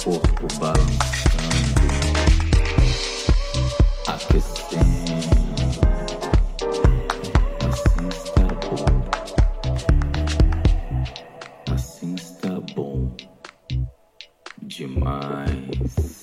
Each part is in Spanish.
corpo balançando, aquecendo. Assim está bom, assim está bom demais.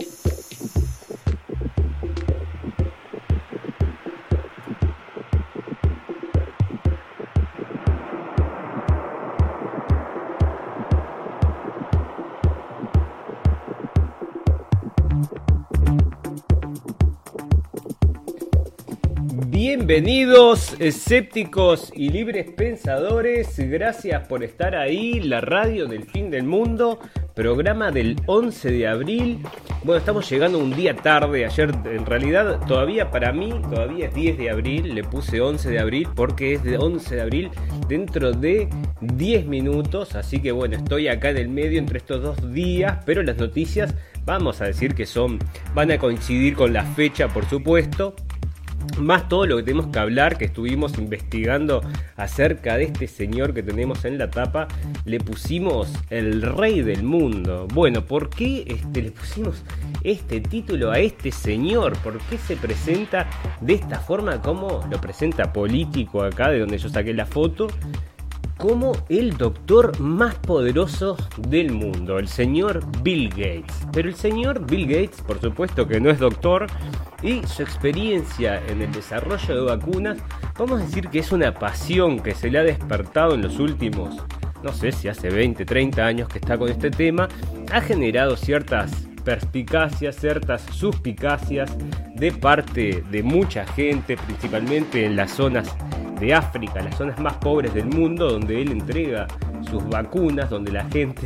Bienvenidos, escépticos y libres pensadores, gracias por estar ahí, la radio del fin del mundo, programa del 11 de abril. Bueno, estamos llegando un día tarde, ayer en realidad todavía para mí, todavía es 10 de abril, le puse 11 de abril porque es de 11 de abril dentro de 10 minutos, así que bueno, estoy acá en el medio entre estos dos días, pero las noticias vamos a decir que van a coincidir con la fecha, por supuesto. Más todo lo que tenemos que hablar, que estuvimos investigando acerca de este señor que tenemos en la tapa, le pusimos el rey del mundo. Bueno, ¿por qué le pusimos este título a este señor? ¿Por qué se presenta de esta forma como lo presenta Político acá, de donde yo saqué la foto? Como el doctor más poderoso del mundo, el señor Bill Gates. Pero el señor Bill Gates, por supuesto que no es doctor, y su experiencia en el desarrollo de vacunas, vamos a decir que es una pasión que se le ha despertado en los últimos, no sé si hace 20, 30 años que está con este tema, ha generado ciertas perspicacias, ciertas suspicacias de parte de mucha gente, principalmente en las zonas de África, las zonas más pobres del mundo, donde él entrega sus vacunas, donde la gente,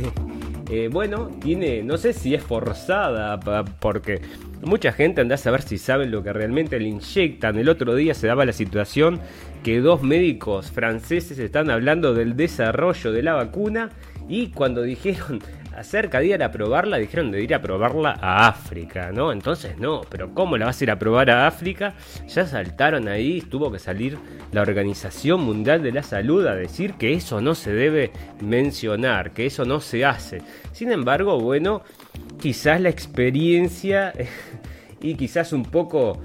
tiene, no sé si es forzada, porque mucha gente anda a saber si saben lo que realmente le inyectan. El otro día se daba la situación que dos médicos franceses están hablando del desarrollo de la vacuna y cuando dijeron acerca de ir a probarla, dijeron de ir a probarla a África, ¿no? Entonces no, pero ¿cómo la vas a ir a probar a África? Ya saltaron ahí, tuvo que salir la Organización Mundial de la Salud a decir que eso no se debe mencionar, que eso no se hace. Sin embargo, bueno, quizás la experiencia y quizás un poco,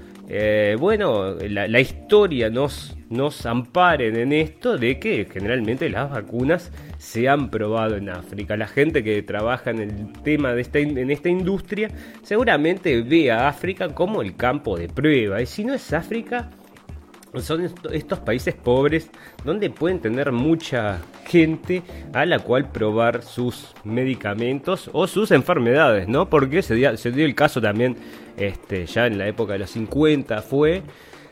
la historia nos amparen en esto de que generalmente las vacunas se han probado en África. La gente que trabaja en el tema de en esta industria seguramente ve a África como el campo de prueba. Y si no es África, son estos países pobres donde pueden tener mucha gente a la cual probar sus medicamentos o sus enfermedades, ¿no? Porque se dio el caso también, ya en la época de los 50 fue,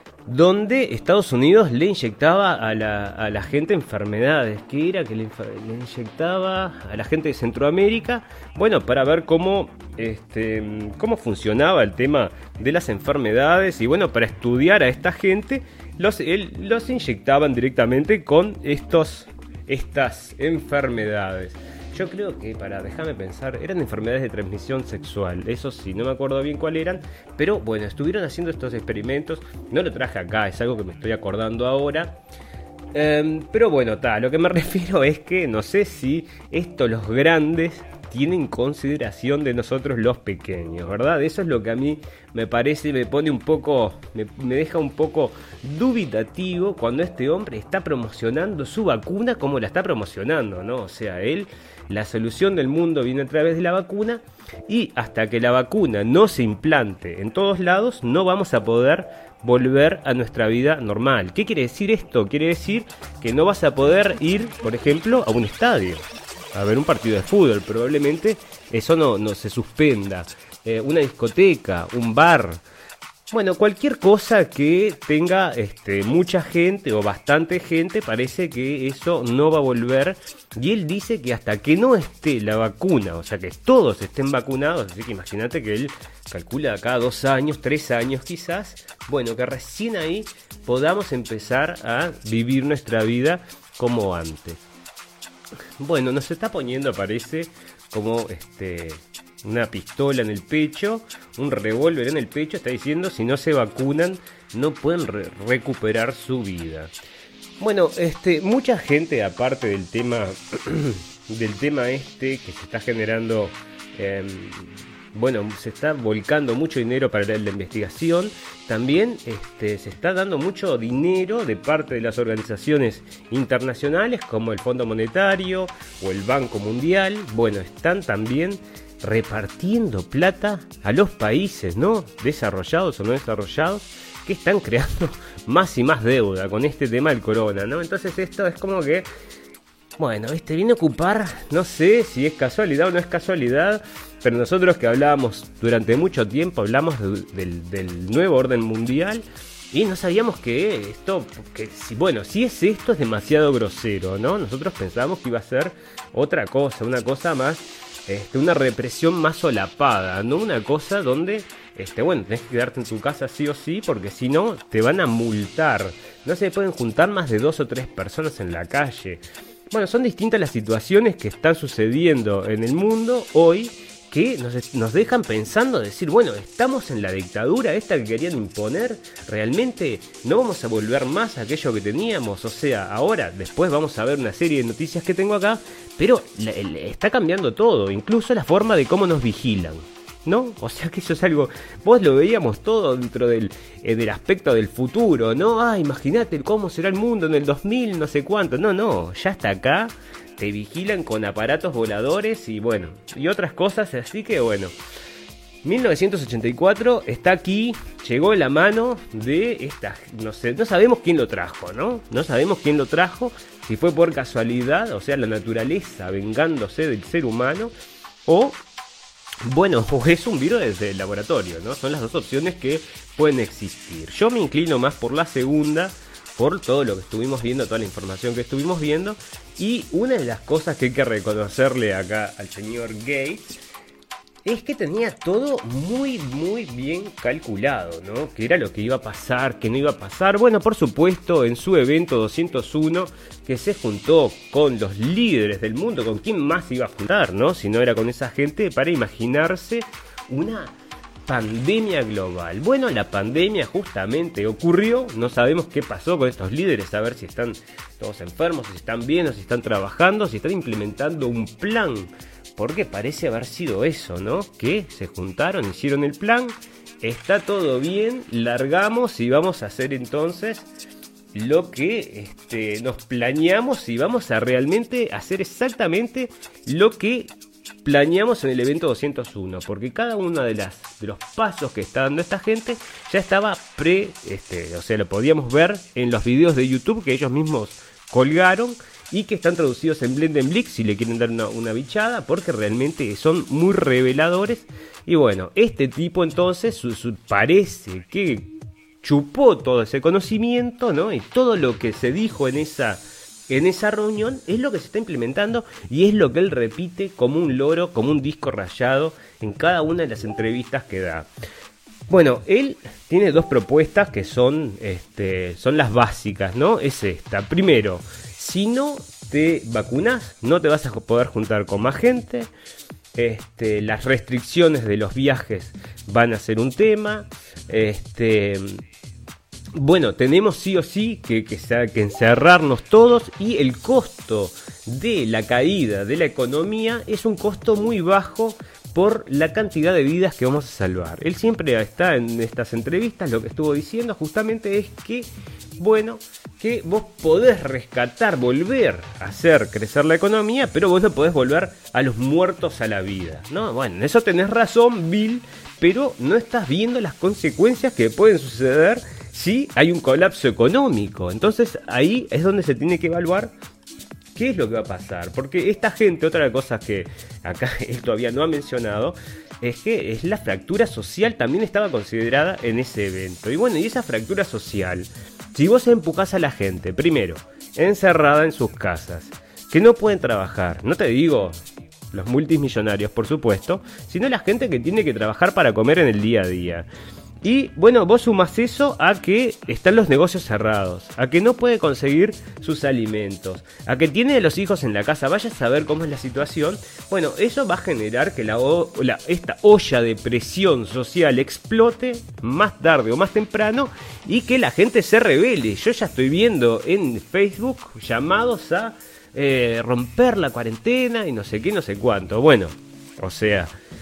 donde Estados Unidos le inyectaba a la gente enfermedades. ¿Qué era que le inyectaba a la gente de Centroamérica? Bueno, para ver cómo funcionaba el tema de las enfermedades y bueno, para estudiar a esta gente, los inyectaban directamente con estas enfermedades. Yo creo que, déjame pensar, eran enfermedades de transmisión sexual. Eso sí, no me acuerdo bien cuál eran. Pero bueno, estuvieron haciendo estos experimentos. No lo traje acá, es algo que me estoy acordando ahora. Pero bueno, lo que me refiero es que no sé si los grandes tienen consideración de nosotros los pequeños, ¿verdad? Eso es lo que a mí me parece, me pone un poco, me deja un poco dubitativo cuando este hombre está promocionando su vacuna como la está promocionando, ¿no? O sea, la solución del mundo viene a través de la vacuna y hasta que la vacuna no se implante en todos lados no vamos a poder volver a nuestra vida normal. ¿Qué quiere decir esto? Quiere decir que no vas a poder ir, por ejemplo, a un estadio a ver un partido de fútbol. Probablemente eso no se suspenda. Una discoteca, un bar, bueno, cualquier cosa que tenga mucha gente o bastante gente, parece que eso no va a volver. Y él dice que hasta que no esté la vacuna, o sea que todos estén vacunados, así que imagínate que él calcula cada 2 años, 3 años quizás, bueno, que recién ahí podamos empezar a vivir nuestra vida como antes. Bueno, nos está poniendo, parece, como una pistola en el pecho, un revólver en el pecho. Está diciendo, si no se vacunan, no pueden recuperar su vida. Bueno, mucha gente, aparte del tema que se está generando bueno, se está volcando mucho dinero para la investigación. También se está dando mucho dinero de parte de las organizaciones internacionales como el Fondo Monetario o el Banco Mundial. Bueno, están también repartiendo plata a los países, ¿no? Desarrollados o no desarrollados, que están creando más y más deuda con este tema del corona, ¿no? Entonces esto es como que, bueno, viene a ocupar, no sé si es casualidad o no es casualidad, pero nosotros que hablábamos durante mucho tiempo, hablamos del nuevo orden mundial y no sabíamos que esto, si es esto es demasiado grosero, ¿no? Nosotros pensábamos que iba a ser otra cosa, una cosa más, una represión más solapada, no una cosa donde, bueno, tenés que quedarte en tu casa sí o sí, porque si no te van a multar. No se pueden juntar más de 2 o 3 personas en la calle. Bueno, son distintas las situaciones que están sucediendo en el mundo hoy, que nos dejan pensando, decir, bueno, estamos en la dictadura esta que querían imponer, realmente no vamos a volver más a aquello que teníamos. O sea, ahora, después vamos a ver una serie de noticias que tengo acá, pero está cambiando todo, incluso la forma de cómo nos vigilan, ¿no? O sea que eso es algo, vos lo veíamos todo dentro del aspecto del futuro, ¿no? Imagínate cómo será el mundo en el 2000, no sé cuánto. No, ya está acá. Te vigilan con aparatos voladores y bueno, y otras cosas, así que bueno. 1984 está aquí, llegó en la mano de esta, no sabemos quién lo trajo, ¿no? No sabemos quién lo trajo, si fue por casualidad, o sea, la naturaleza vengándose del ser humano, o, bueno, es un virus desde el laboratorio, ¿no? Son las dos opciones que pueden existir. Yo me inclino más por la segunda, por todo lo que estuvimos viendo, toda la información que estuvimos viendo. Y una de las cosas que hay que reconocerle acá al señor Gates es que tenía todo muy muy bien calculado, ¿no? Que era lo que iba a pasar, que no iba a pasar. Bueno, por supuesto, en su evento 201, que se juntó con los líderes del mundo, ¿con quién más iba a juntar, no? Si no era con esa gente, para imaginarse una pandemia global. Bueno, la pandemia justamente ocurrió, no sabemos qué pasó con estos líderes, a ver si están todos enfermos, si están bien o si están trabajando, si están implementando un plan, porque parece haber sido eso, ¿no? Que se juntaron, hicieron el plan, está todo bien, largamos y vamos a hacer entonces lo que nos planeamos y vamos a realmente hacer exactamente lo que planeamos en el evento 201, porque cada uno de los pasos que está dando esta gente ya estaba o sea, lo podíamos ver en los videos de YouTube que ellos mismos colgaron y que están traducidos en Blendenblick si le quieren dar una bichada, porque realmente son muy reveladores. Y bueno, este tipo entonces parece que chupó todo ese conocimiento, ¿no? Y todo lo que se dijo en esa reunión es lo que se está implementando y es lo que él repite como un loro, como un disco rayado en cada una de las entrevistas que da. Bueno, él tiene 2 propuestas que son las básicas, ¿no? Es esta. Primero, si no te vacunas, no te vas a poder juntar con más gente. Las restricciones de los viajes van a ser un tema. Bueno, tenemos sí o sí que encerrarnos todos, y el costo de la caída de la economía es un costo muy bajo por la cantidad de vidas que vamos a salvar. Él siempre está en estas entrevistas, lo que estuvo diciendo justamente es que, bueno, que vos podés volver a hacer crecer la economía, pero vos no podés volver a los muertos a la vida, ¿no? Bueno, en eso tenés razón, Bill, pero no estás viendo las consecuencias que pueden suceder si hay un colapso económico. Entonces ahí es donde se tiene que evaluar qué es lo que va a pasar. Porque esta gente, otra cosa que acá él todavía no ha mencionado, es que la fractura social también estaba considerada en ese evento. Y bueno, y esa fractura social, si vos empujás a la gente, primero, encerrada en sus casas, que no pueden trabajar, no te digo los multimillonarios por supuesto, sino la gente que tiene que trabajar para comer en el día a día. Y bueno, vos sumás eso a que están los negocios cerrados, a que no puede conseguir sus alimentos, a que tiene a los hijos en la casa. Vaya a saber cómo es la situación. Bueno, eso va a generar que esta olla de presión social explote más tarde o más temprano y que la gente se rebele. Yo ya estoy viendo en Facebook llamados a romper la cuarentena y no sé qué, no sé cuánto. Bueno, o sea,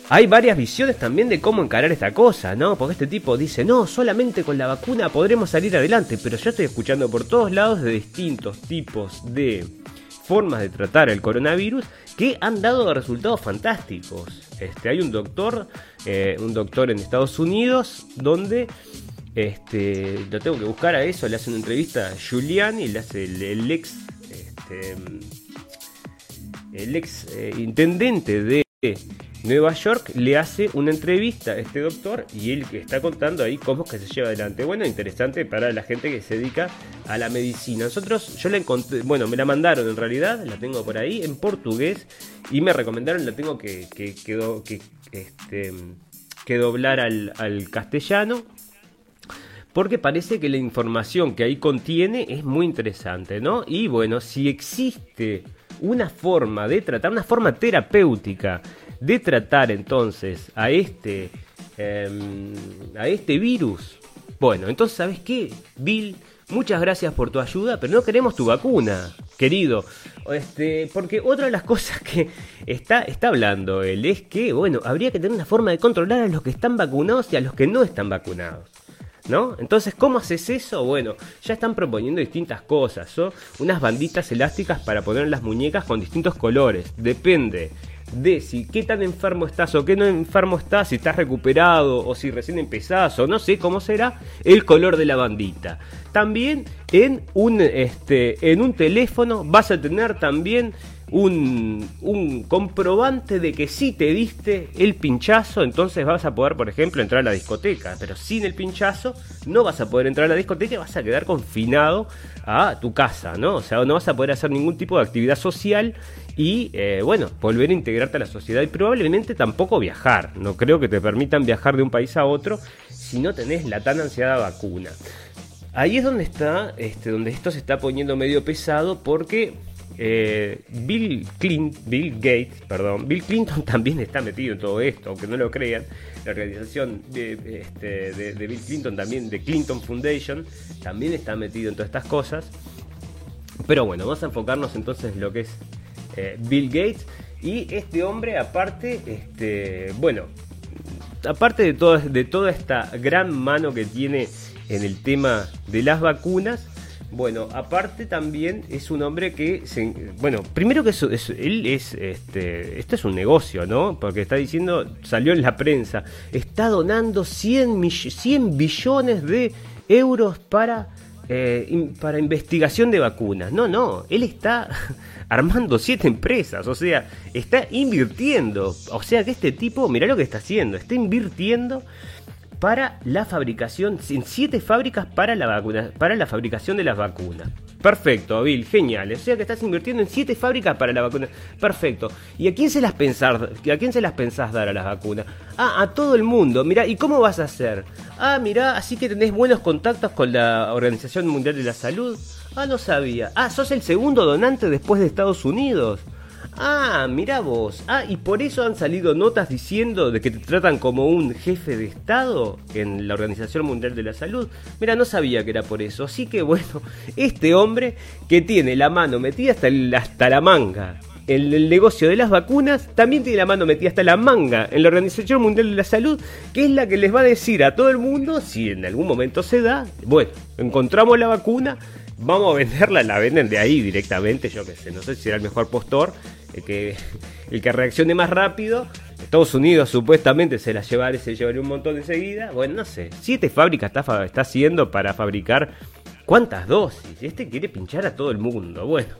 hay varias visiones también de cómo encarar esta cosa, ¿no? Porque este tipo dice, no, solamente con la vacuna podremos salir adelante, pero yo estoy escuchando por todos lados de distintos tipos de formas de tratar el coronavirus que han dado resultados fantásticos. Hay un doctor en Estados Unidos donde lo tengo que buscar a eso, le hace una entrevista a Giuliani, le hace el ex intendente de Nueva York, le hace una entrevista a este doctor y él está contando ahí cómo es que se lleva adelante. Bueno, interesante para la gente que se dedica a la medicina. Yo la encontré, bueno, me la mandaron en realidad, la tengo por ahí en portugués y me recomendaron, la tengo que doblar al castellano, porque parece que la información que ahí contiene es muy interesante, ¿no? Y bueno, si existe una forma de tratar, una forma terapéutica de tratar entonces a este virus, bueno, entonces ¿sabes qué, Bill? Muchas gracias por tu ayuda, pero no queremos tu vacuna, querido. Porque otra de las cosas que está hablando él es que, bueno, habría que tener una forma de controlar a los que están vacunados y a los que no están vacunados, ¿no? Entonces, ¿cómo haces eso? Bueno, ya están proponiendo distintas cosas, ¿no? Unas banditas elásticas para poner en las muñecas con distintos colores. Depende de si qué tan enfermo estás o qué no enfermo estás, si estás recuperado o si recién empezás o no sé cómo será el color de la bandita. También en un teléfono vas a tener también un comprobante de que sí te diste el pinchazo, entonces vas a poder, por ejemplo, entrar a la discoteca, pero sin el pinchazo no vas a poder entrar a la discoteca y vas a quedar confinado a tu casa, ¿no? O sea, no vas a poder hacer ningún tipo de actividad social y, volver a integrarte a la sociedad y probablemente tampoco viajar. No creo que te permitan viajar de un país a otro si no tenés la tan ansiada vacuna. Ahí es donde está, donde esto se está poniendo medio pesado porque Bill Clinton también está metido en todo esto, aunque no lo crean. La organización de Bill Clinton también, de Clinton Foundation, también está metido en todas estas cosas. Pero bueno, vamos a enfocarnos entonces en lo que es Bill Gates y este hombre, aparte, aparte de toda esta gran mano que tiene en el tema de las vacunas. Bueno, aparte también es un hombre que primero que esto es un negocio, ¿no? Porque está diciendo, salió en la prensa, está donando 100 billones de euros para investigación de vacunas. No, él está armando 7 empresas, o sea, está invirtiendo. O sea que este tipo, mirá lo que está haciendo, está invirtiendo para la fabricación, en 7 fábricas para la fabricación de las vacunas. Perfecto, Bill, genial. O sea que estás invirtiendo en 7 fábricas para la vacuna. Perfecto. ¿Y a quién se las pensás dar a las vacunas? A todo el mundo. Mirá, ¿y cómo vas a hacer? Mirá, así que tenés buenos contactos con la Organización Mundial de la Salud. No sabía. ¿Sos el segundo donante después de Estados Unidos? Mirá vos. Y por eso han salido notas diciendo de que te tratan como un jefe de Estado en la Organización Mundial de la Salud. Mira, no sabía que era por eso. Así que bueno, este hombre que tiene la mano metida hasta la manga en el negocio de las vacunas, también tiene la mano metida hasta la manga en la Organización Mundial de la Salud, que es la que les va a decir a todo el mundo, si en algún momento se da, bueno, encontramos la vacuna, vamos a venderla, la venden de ahí directamente, yo qué sé, no sé si será el mejor postor, el que reaccione más rápido. Estados Unidos supuestamente se llevaría un montón enseguida. Bueno, no sé, 7 fábricas está haciendo para fabricar ¿cuántas dosis? Quiere pinchar a todo el mundo. Bueno,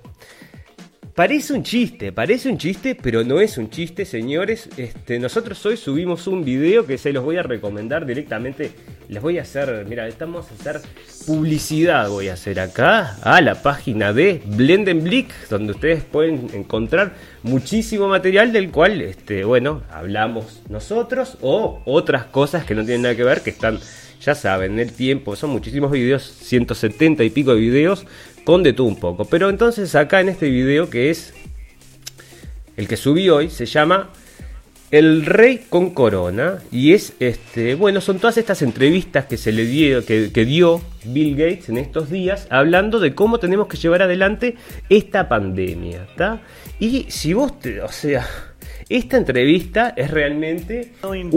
parece un chiste, pero no es un chiste, señores. Nosotros hoy subimos un video que se los voy a recomendar directamente. Les voy a hacer, vamos a hacer publicidad, voy a hacer acá a la página de Blendenblick, donde ustedes pueden encontrar muchísimo material del cual, hablamos nosotros o otras cosas que no tienen nada que ver, que están, ya saben, en el tiempo. Son muchísimos videos, 170 y pico de videos, con de todo un poco. Pero entonces acá en este video, que es el que subí hoy, se llama El Rey con Corona, y es son todas estas entrevistas que se le dio, que dio Bill Gates en estos días, hablando de cómo tenemos que llevar adelante esta pandemia, ¿está? Y si vos esta entrevista es realmente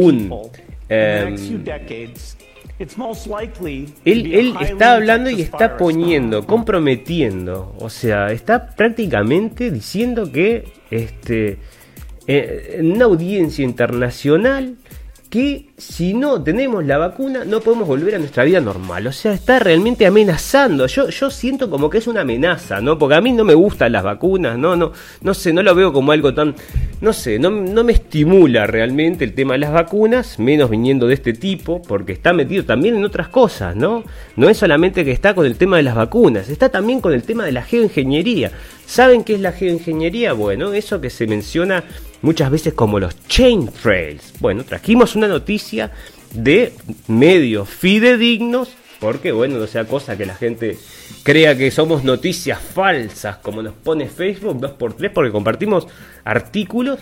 él está hablando y está poniendo, comprometiendo, o sea, está prácticamente diciendo que en una audiencia internacional que si no tenemos la vacuna no podemos volver a nuestra vida normal. O sea, está realmente amenazando. Yo siento como que es una amenaza, ¿no? Porque a mí no me gustan las vacunas, no sé, no lo veo como algo tan, no sé, no me estimula realmente el tema de las vacunas, menos viniendo de este tipo, porque está metido también en otras cosas, ¿no? No es solamente que está con el tema de las vacunas, está también con el tema de la geoingeniería. ¿Saben qué es la geoingeniería? Bueno, eso que se menciona muchas veces como los chemtrails. Bueno, trajimos una noticia de medios fidedignos, porque bueno, no sea cosa que la gente crea que somos noticias falsas, como nos pone Facebook 2x3, porque compartimos artículos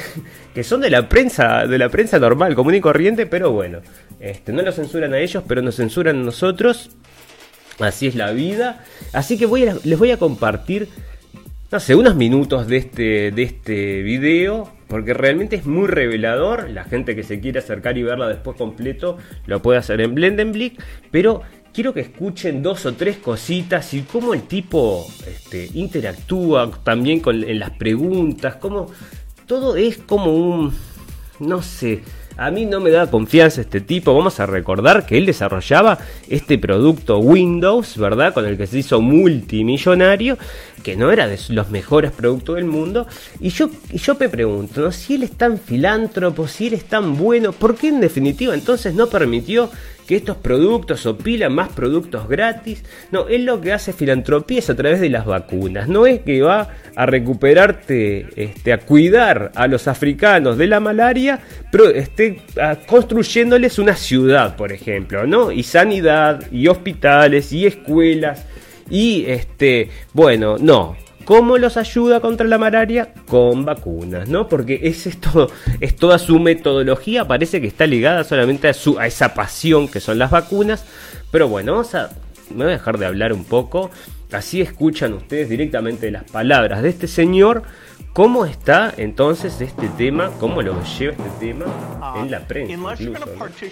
que son de la prensa normal, común y corriente, pero bueno, no los censuran a ellos, pero nos censuran a nosotros. Así es la vida. Así que les voy a compartir, no sé, unos minutos de este video, porque realmente es muy revelador. La gente que se quiere acercar y verla después completo lo puede hacer en Blendenblick, pero quiero que escuchen 2 o 3 cositas y cómo el tipo interactúa también en las preguntas, cómo todo es como no sé. A mí no me da confianza este tipo. Vamos a recordar que él desarrollaba este producto Windows, ¿verdad? Con el que se hizo multimillonario, que no era de los mejores productos del mundo. Y yo me pregunto, ¿no? Si él es tan filántropo, si él es tan bueno, ¿por qué en definitiva entonces no permitió que estos productos o pila más productos gratis? No, él lo que hace filantropía es a través de las vacunas. No es que va a recuperarte, a cuidar a los africanos de la malaria, pero construyéndoles una ciudad, por ejemplo, ¿no? Y sanidad, y hospitales, y escuelas, y bueno, no. ¿Cómo los ayuda contra la malaria? Con vacunas, ¿no? Porque es toda su metodología, parece que está ligada solamente a esa pasión que son las vacunas. Pero bueno, me voy a dejar de hablar un poco, así escuchan ustedes directamente las palabras de este señor, cómo está entonces este tema, cómo lo lleva este tema en la prensa. Incluso,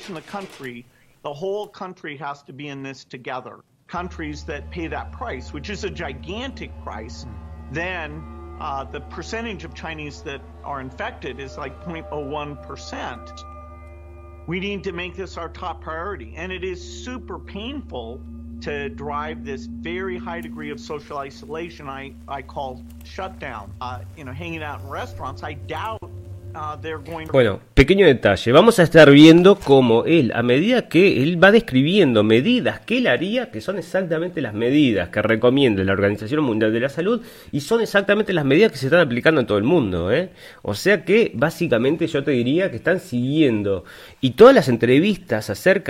¿no? Countries that pay that price, which is a gigantic price, then the percentage of Chinese that are infected is like 0.01%. We need to make this our top priority. And it is super painful to drive this very high degree of social isolation I call shutdown. Hanging out in restaurants, I doubt Bueno, pequeño detalle, vamos a estar viendo cómo él, a medida que él va describiendo medidas que él haría, que son exactamente las medidas que recomienda la Organización Mundial de la Salud, y son exactamente las medidas que se están aplicando en todo el mundo, ¿eh? O sea que básicamente yo te diría que están siguiendo, y todas las entrevistas acerca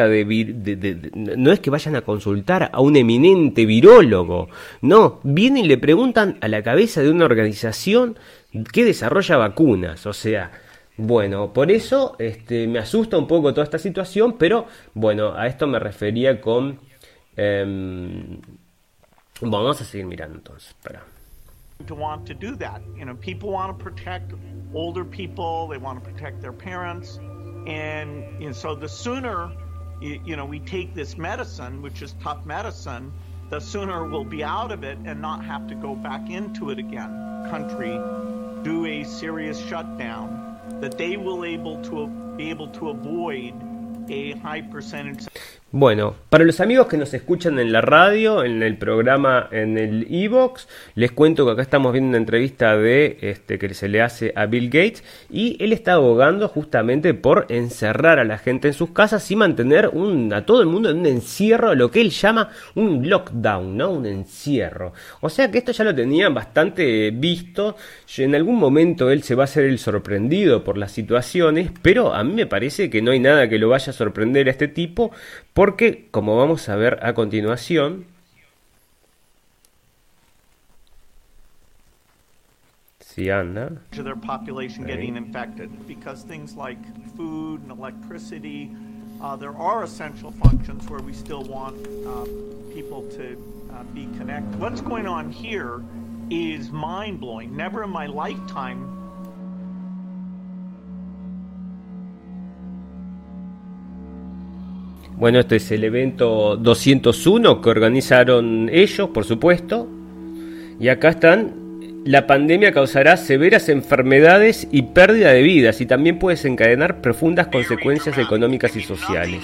no es que vayan a consultar a un eminente virólogo, no, vienen y le preguntan a la cabeza de una organización que desarrolla vacunas. O sea, bueno, por eso me asusta un poco toda esta situación, pero bueno, a esto me refería con bueno, vamos a seguir mirando entonces. To want to do that, people want to protect older people, they want to protect their parents, and so the sooner we take this medicine, which is tough medicine, the sooner we'll be out of it and not have to go back into it again. Country do a serious shutdown that they will be able to avoid a high percentage. Bueno, para los amigos que nos escuchan en la radio, en el programa, en el iVoox, les cuento que acá estamos viendo una entrevista que se le hace a Bill Gates, y él está abogando justamente por encerrar a la gente en sus casas y mantener a todo el mundo en un encierro, lo que él llama un lockdown, ¿no? Un encierro. O sea que esto ya lo tenían bastante visto. En algún momento él se va a hacer el sorprendido por las situaciones, pero a mí me parece que no hay nada que lo vaya a sorprender a este tipo, porque, como vamos a ver a continuación, si anda, to their population getting infected, because things like food and electricity, there are essential functions where we still want people to be connected. What's going on here is mind-blowing. Never in my lifetime Bueno, este es el evento 201 que organizaron ellos, por supuesto. Y acá están: la pandemia causará severas enfermedades y pérdida de vidas, y también puede desencadenar profundas consecuencias económicas y sociales.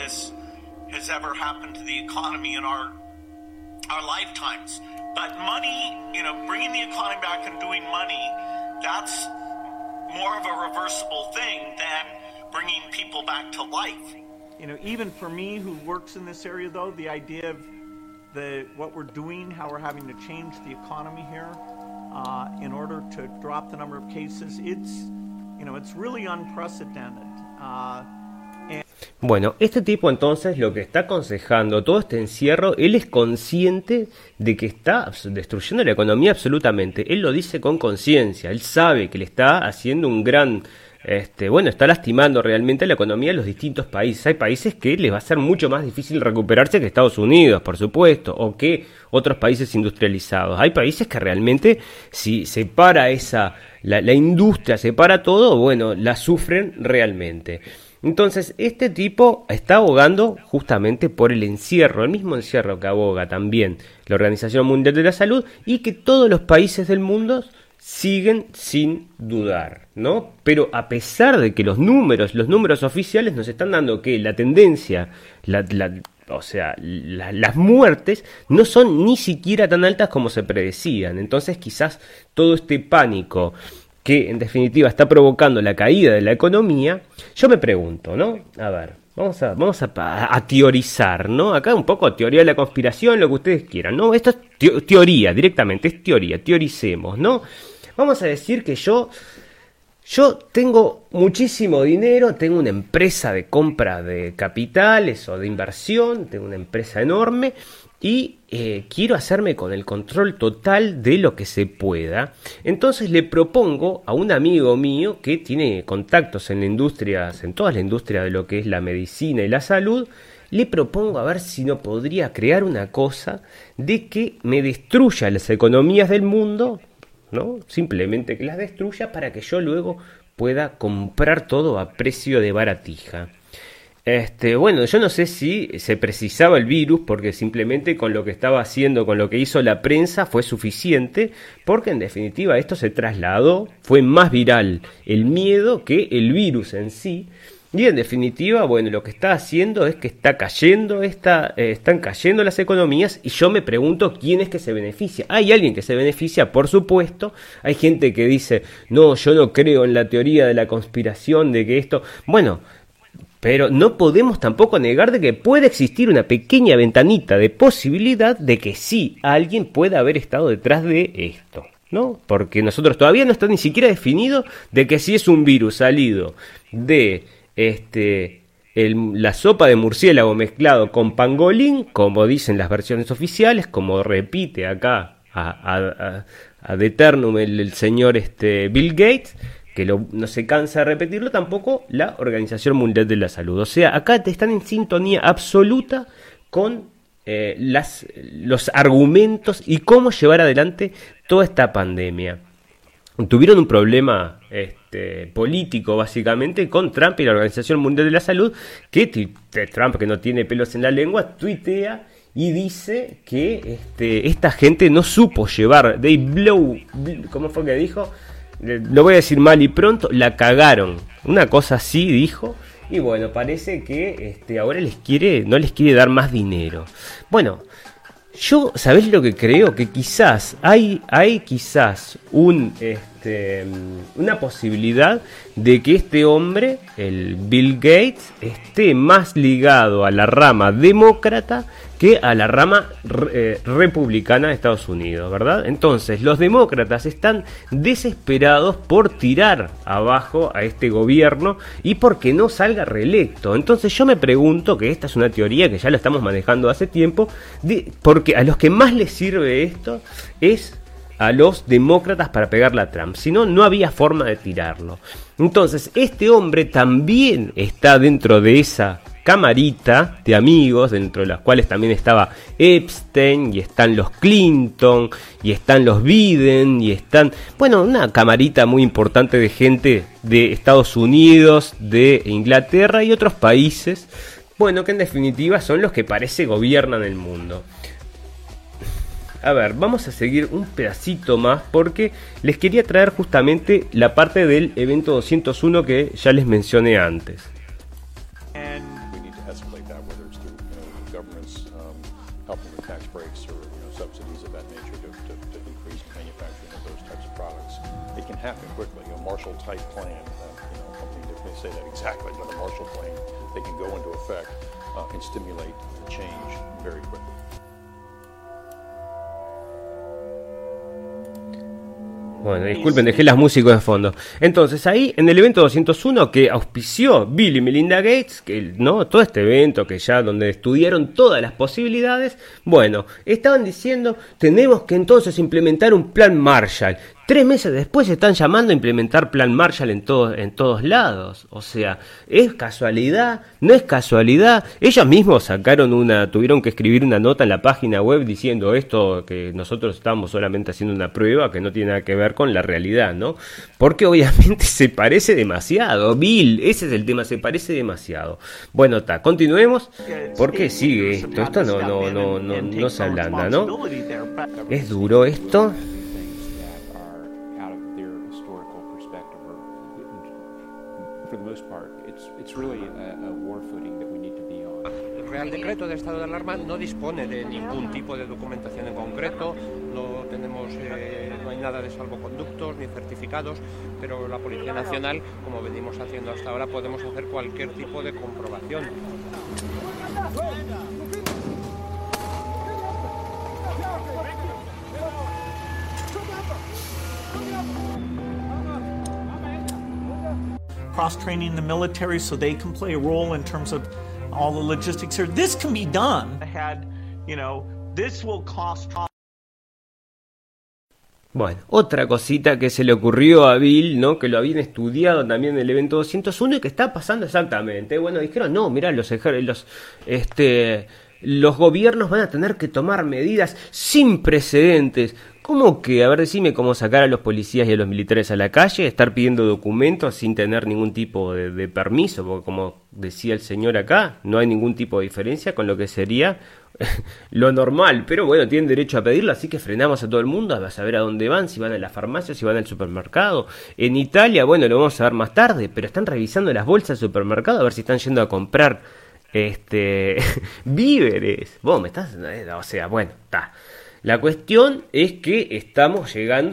You know, even for me who works in this area, though, the idea of what we're doing, how we're having to change the economy here in order to drop the number of cases, it's really unprecedented. Bueno, este tipo entonces lo que está aconsejando todo este encierro, él es consciente de que está destruyendo la economía absolutamente. Él lo dice con conciencia, él sabe que le está haciendo un gran... está lastimando realmente la economía de los distintos países. Hay países que les va a ser mucho más difícil recuperarse que Estados Unidos, por supuesto, o que otros países industrializados. Hay países que realmente, si se para la industria, se para todo, bueno, la sufren realmente. Entonces, este tipo está abogando justamente por el encierro, el mismo encierro que aboga también la Organización Mundial de la Salud, y que todos los países del mundo siguen sin dudar, ¿no? Pero a pesar de que los números oficiales nos están dando que la tendencia, las muertes no son ni siquiera tan altas como se predecían. Entonces quizás todo este pánico que en definitiva está provocando la caída de la economía, yo me pregunto, ¿no? A ver, vamos a teorizar, ¿no? Acá un poco teoría de la conspiración, lo que ustedes quieran, ¿no? Esto es teoría, directamente, es teoría, teoricemos, ¿no? Vamos a decir que yo tengo muchísimo dinero, tengo una empresa de compra de capitales o de inversión, tengo una empresa enorme y quiero hacerme con el control total de lo que se pueda. Entonces le propongo a un amigo mío que tiene contactos en toda la industria de lo que es la medicina y la salud, le propongo a ver si no podría crear una cosa de que me destruya las economías del mundo, ¿no? Simplemente que las destruya para que yo luego pueda comprar todo a precio de baratija. Bueno, yo no sé si se precisaba el virus, porque simplemente con lo que estaba haciendo, con lo que hizo la prensa, fue suficiente, porque en definitiva esto se trasladó, fue más viral el miedo que el virus en sí. Y en definitiva, bueno, lo que está haciendo es que están cayendo las economías, y yo me pregunto quién es que se beneficia. Hay alguien que se beneficia, por supuesto. Hay gente que dice, no, yo no creo en la teoría de la conspiración, de que esto... Bueno, pero no podemos tampoco negar de que puede existir una pequeña ventanita de posibilidad de que sí, alguien pueda haber estado detrás de esto, ¿no? Porque nosotros todavía no está ni siquiera definido de que si es un virus salido de... la sopa de murciélago mezclado con pangolín, como dicen las versiones oficiales, como repite acá ad eternum el señor Bill Gates, que no se cansa de repetirlo tampoco la Organización Mundial de la Salud. O sea, acá están en sintonía absoluta con los argumentos y cómo llevar adelante toda esta pandemia. Tuvieron un problema político básicamente con Trump y la Organización Mundial de la Salud, que Trump, que no tiene pelos en la lengua, tuitea y dice que esta gente no supo llevar, ¿cómo fue que dijo? Lo voy a decir mal y pronto, la cagaron, una cosa así dijo. Y bueno, parece que ahora no les quiere dar más dinero. Bueno, yo, ¿sabés lo que creo? Que quizás hay quizás una posibilidad de que este hombre, el Bill Gates, esté más ligado a la rama demócrata que a la rama republicana de Estados Unidos, ¿verdad? Entonces, los demócratas están desesperados por tirar abajo a este gobierno y porque no salga reelecto. Entonces, yo me pregunto, que esta es una teoría que ya la estamos manejando hace tiempo, porque a los que más les sirve esto es a los demócratas para pegarle a Trump. Si no, no había forma de tirarlo. Entonces, este hombre también está dentro de esa camarita de amigos, dentro de las cuales también estaba Epstein, y están los Clinton, y están los Biden, y están, bueno, una camarita muy importante de gente de Estados Unidos, de Inglaterra y otros países Bueno, que en definitiva son los que parece gobiernan el mundo. A ver, vamos a seguir un pedacito más porque les quería traer justamente la parte del evento 201 que ya les mencioné antes. And We need to escalate that, whether it's through governments helping with tax breaks or subsidies of that nature to increase manufacturing of those types of products. It can happen quickly. A Marshall-type plan, they say that exactly, but a Marshall plan, they can go into effect and stimulate change very quickly. Bueno, disculpen, dejé las músicas de fondo. Entonces, ahí en el evento 201 que auspició Bill y Melinda Gates, que no, todo este evento que ya donde estudiaron todas las posibilidades, bueno, estaban diciendo, tenemos que entonces implementar un plan Marshall. 3 meses después se están llamando a implementar plan Marshall en todos lados. O sea, ¿es casualidad? ¿No es casualidad? Ellos mismos tuvieron que escribir una nota en la página web diciendo esto, que nosotros estamos solamente haciendo una prueba que no tiene nada que ver con la realidad, ¿no? Porque obviamente se parece demasiado. Bill, ese es el tema, se parece demasiado. Bueno, continuemos. ¿Por qué sigue esto? Esto no se ablanda, ¿no? Es duro esto. El Real Decreto de Estado de Alarma no dispone de ningún tipo de documentación en concreto, no hay nada de salvoconductos ni certificados, pero la Policía Nacional, como venimos haciendo hasta ahora, podemos hacer cualquier tipo de comprobación. cross-training the military so they can play a role in terms of all the logistics here. This can be done. This will cost. Bueno, otra cosita que se le ocurrió a Bill, ¿no? Que lo habían estudiado también en el evento 201 y que está pasando exactamente. Bueno, dijeron, no, mirá, los gobiernos van a tener que tomar medidas sin precedentes. ¿Cómo que? A ver, decime cómo sacar a los policías y a los militares a la calle, estar pidiendo documentos sin tener ningún tipo de permiso, porque como decía el señor acá, no hay ningún tipo de diferencia con lo que sería lo normal, pero bueno, tienen derecho a pedirlo, así que frenamos a todo el mundo a saber a dónde van, si van a la farmacia, si van al supermercado. En Italia, bueno, lo vamos a ver más tarde, pero están revisando las bolsas del supermercado a ver si están yendo a comprar víveres. Vos me estás, o sea, bueno, está. La cuestión es que estamos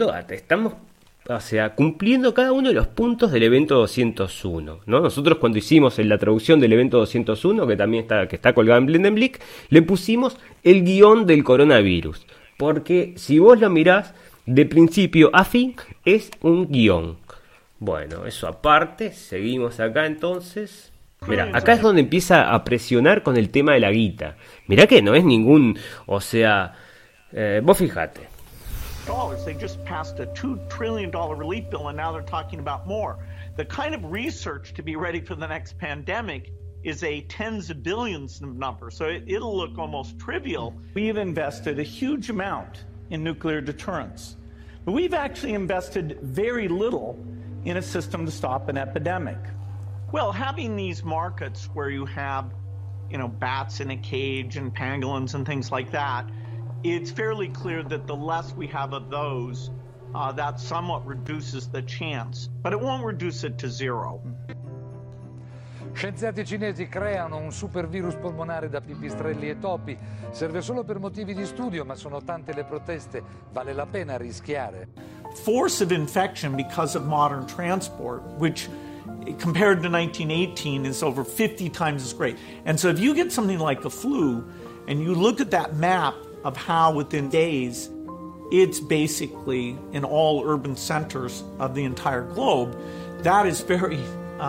cumpliendo cada uno de los puntos del evento 201, ¿no? Nosotros cuando hicimos la traducción del evento 201, que también está colgado en Blendenblick, le pusimos el guión del coronavirus, porque si vos lo mirás de principio a fin es un guión. Bueno, eso aparte, seguimos acá entonces. Mira, acá es donde empieza a presionar con el tema de la guita. Mirá que no es ningún, o sea, vos fijate. They just passed a $2 trillion relief bill and now they're talking about more. The kind of research to be ready for the next pandemic is a tens of billions number, so it'll look almost trivial. We've invested a huge amount in nuclear deterrence, but we've actually invested very little in a system to stop an epidemic. Well, having these markets where you have, bats in a cage and pangolins and things like that, it's fairly clear that the less we have of those, that somewhat reduces the chance, but it won't reduce it to zero. Scienziati cinesi creano un super virus polmonare da pipistrelli e topi. Serve solo per motivi di studio, ma sono tante le proteste. Vale la pena rischiare. Force of infection because of modern transport, which compared to 1918 is over 50 times as great. And so if you get something like the flu and you look at that map of how within days it's basically in all urban centers of the entire globe, that is very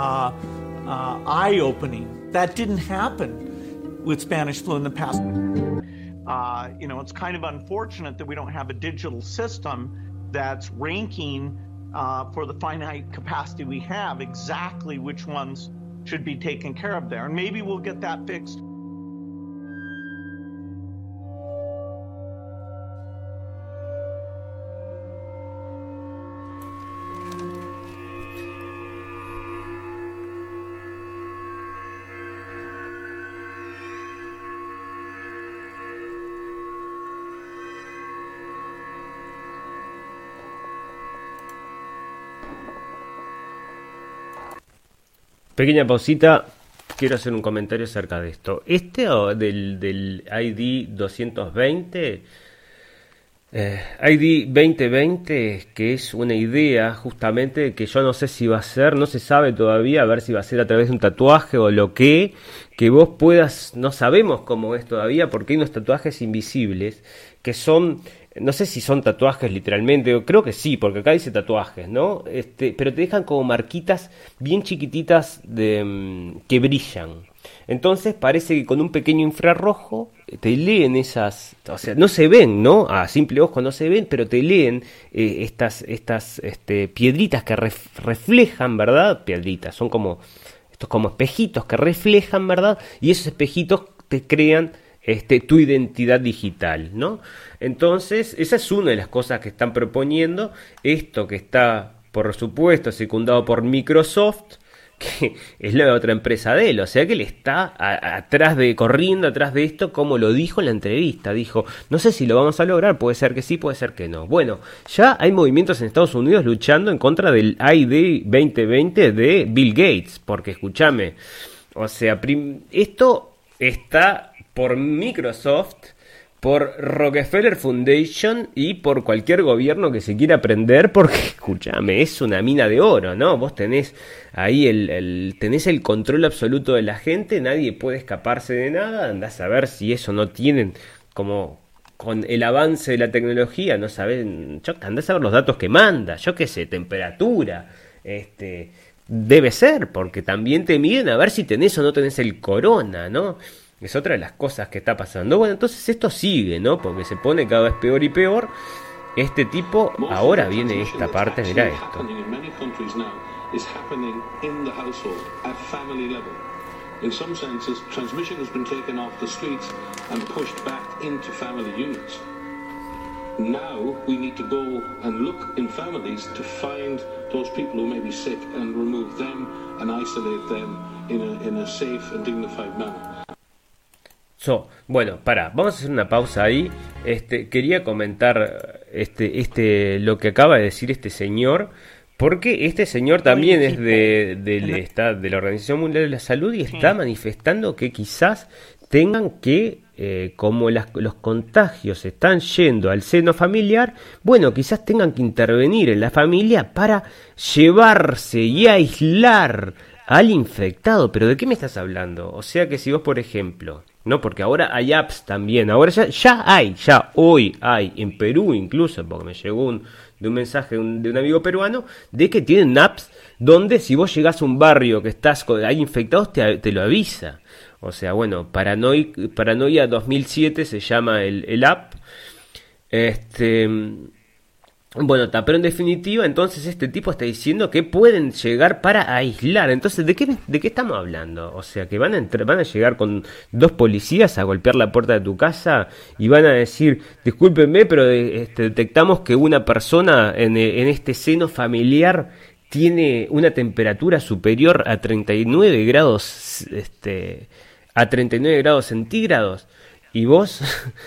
eye-opening. That didn't happen with Spanish flu in the past. It's kind of unfortunate that we don't have a digital system that's ranking for the finite capacity we have exactly which ones should be taken care of there. And maybe we'll get that fixed. Pequeña pausita, quiero hacer un comentario acerca de esto. Del ID 220, ID 2020, que es una idea justamente que yo no sé si va a ser, no se sabe todavía, a ver si va a ser a través de un tatuaje o lo que vos puedas, no sabemos cómo es todavía, porque hay unos tatuajes invisibles que son... No sé si son tatuajes literalmente, creo que sí, porque acá dice tatuajes, ¿no? Pero te dejan como marquitas bien chiquititas que brillan. Entonces parece que con un pequeño infrarrojo te leen esas, o sea, no se ven, ¿no? A simple ojo no se ven, pero te leen estas piedritas que reflejan, ¿verdad? Piedritas, son como estos como espejitos que reflejan, ¿verdad? Y esos espejitos te crean tu identidad digital, ¿no? Entonces, esa es una de las cosas que están proponiendo. Esto que está, por supuesto, secundado por Microsoft, que es la otra empresa de él, o sea que él está corriendo atrás de esto, como lo dijo en la entrevista. Dijo, no sé si lo vamos a lograr, puede ser que sí, puede ser que no. Bueno, ya hay movimientos en Estados Unidos luchando en contra del ID 2020 de Bill Gates, porque escúchame, o sea, esto está por Microsoft, por Rockefeller Foundation y por cualquier gobierno que se quiera aprender, porque, escúchame, es una mina de oro, ¿no? Vos tenés ahí tenés el control absoluto de la gente, nadie puede escaparse de nada, andás a ver si eso no tienen como... Con el avance de la tecnología, no saben, andás a ver los datos que manda, yo qué sé, temperatura, debe ser, porque también te miden a ver si tenés o no tenés el corona, ¿no? Es otra de las cosas que está pasando. Bueno, entonces esto sigue, ¿no? Porque se pone cada vez peor y peor. Este tipo, ahora viene esta parte, mira esto. In some senses, transmission has been taken off the streets and pushed back into family units. Now we need to go and look in families to find those people who may be sick and remove them and isolate them in a safe and dignified manner. Bueno, vamos a hacer una pausa ahí. Quería comentar lo que acaba de decir este señor, porque este señor también es de la Organización Mundial de la Salud y está manifestando que quizás tengan que, como los contagios están yendo al seno familiar, bueno, quizás tengan que intervenir en la familia para llevarse y aislar al infectado. ¿Pero de qué me estás hablando? O sea que si vos, por ejemplo... No, porque ahora hay apps también. Ahora hoy hay, en Perú incluso, porque me llegó un mensaje de un amigo peruano, de que tienen apps donde si vos llegás a un barrio que hay infectados, te lo avisa. O sea, bueno, Paranoia 2007 se llama el app. Bueno, pero en definitiva, entonces este tipo está diciendo que pueden llegar para aislar. Entonces, ¿de qué estamos hablando? O sea, que van a llegar con 2 policías a golpear la puerta de tu casa y van a decir, discúlpenme, pero detectamos que una persona en este seno familiar tiene una temperatura superior a 39 grados, a 39 grados centígrados. ¿Y vos?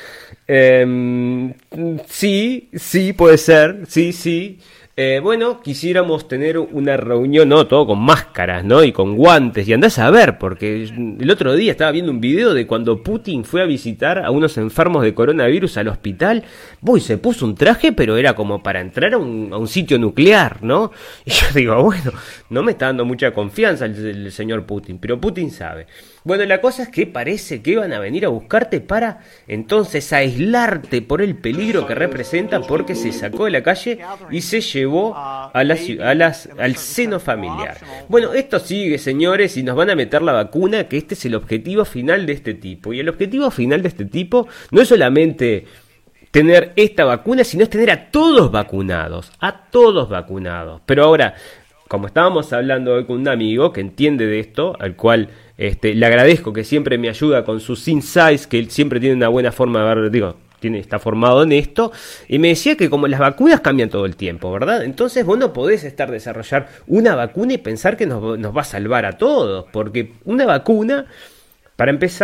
Sí, puede ser, sí. Bueno, quisiéramos tener una reunión, ¿no? Todo con máscaras, ¿no? Y con guantes, y andás a ver, porque el otro día estaba viendo un video de cuando Putin fue a visitar a unos enfermos de coronavirus al hospital. Se puso un traje, pero era como para entrar a un sitio nuclear, ¿no? Y yo digo, bueno, no me está dando mucha confianza el señor Putin, pero Putin sabe. Bueno, la cosa es que parece que van a venir a buscarte para entonces aislarte por el peligro que representa, porque se sacó de la calle y se llevó al seno familiar. Bueno, esto sigue, señores, y nos van a meter la vacuna, que este es el objetivo final de este tipo. Y el objetivo final de este tipo no es solamente tener esta vacuna, sino es tener a todos vacunados. Pero ahora, como estábamos hablando hoy con un amigo que entiende de esto, al cual le agradezco que siempre me ayuda con sus insights, que él siempre tiene una buena forma de ver, está formado en esto, y me decía que como las vacunas cambian todo el tiempo, ¿verdad? Entonces vos no podés desarrollar una vacuna y pensar que nos va a salvar a todos, porque una vacuna, para empezar,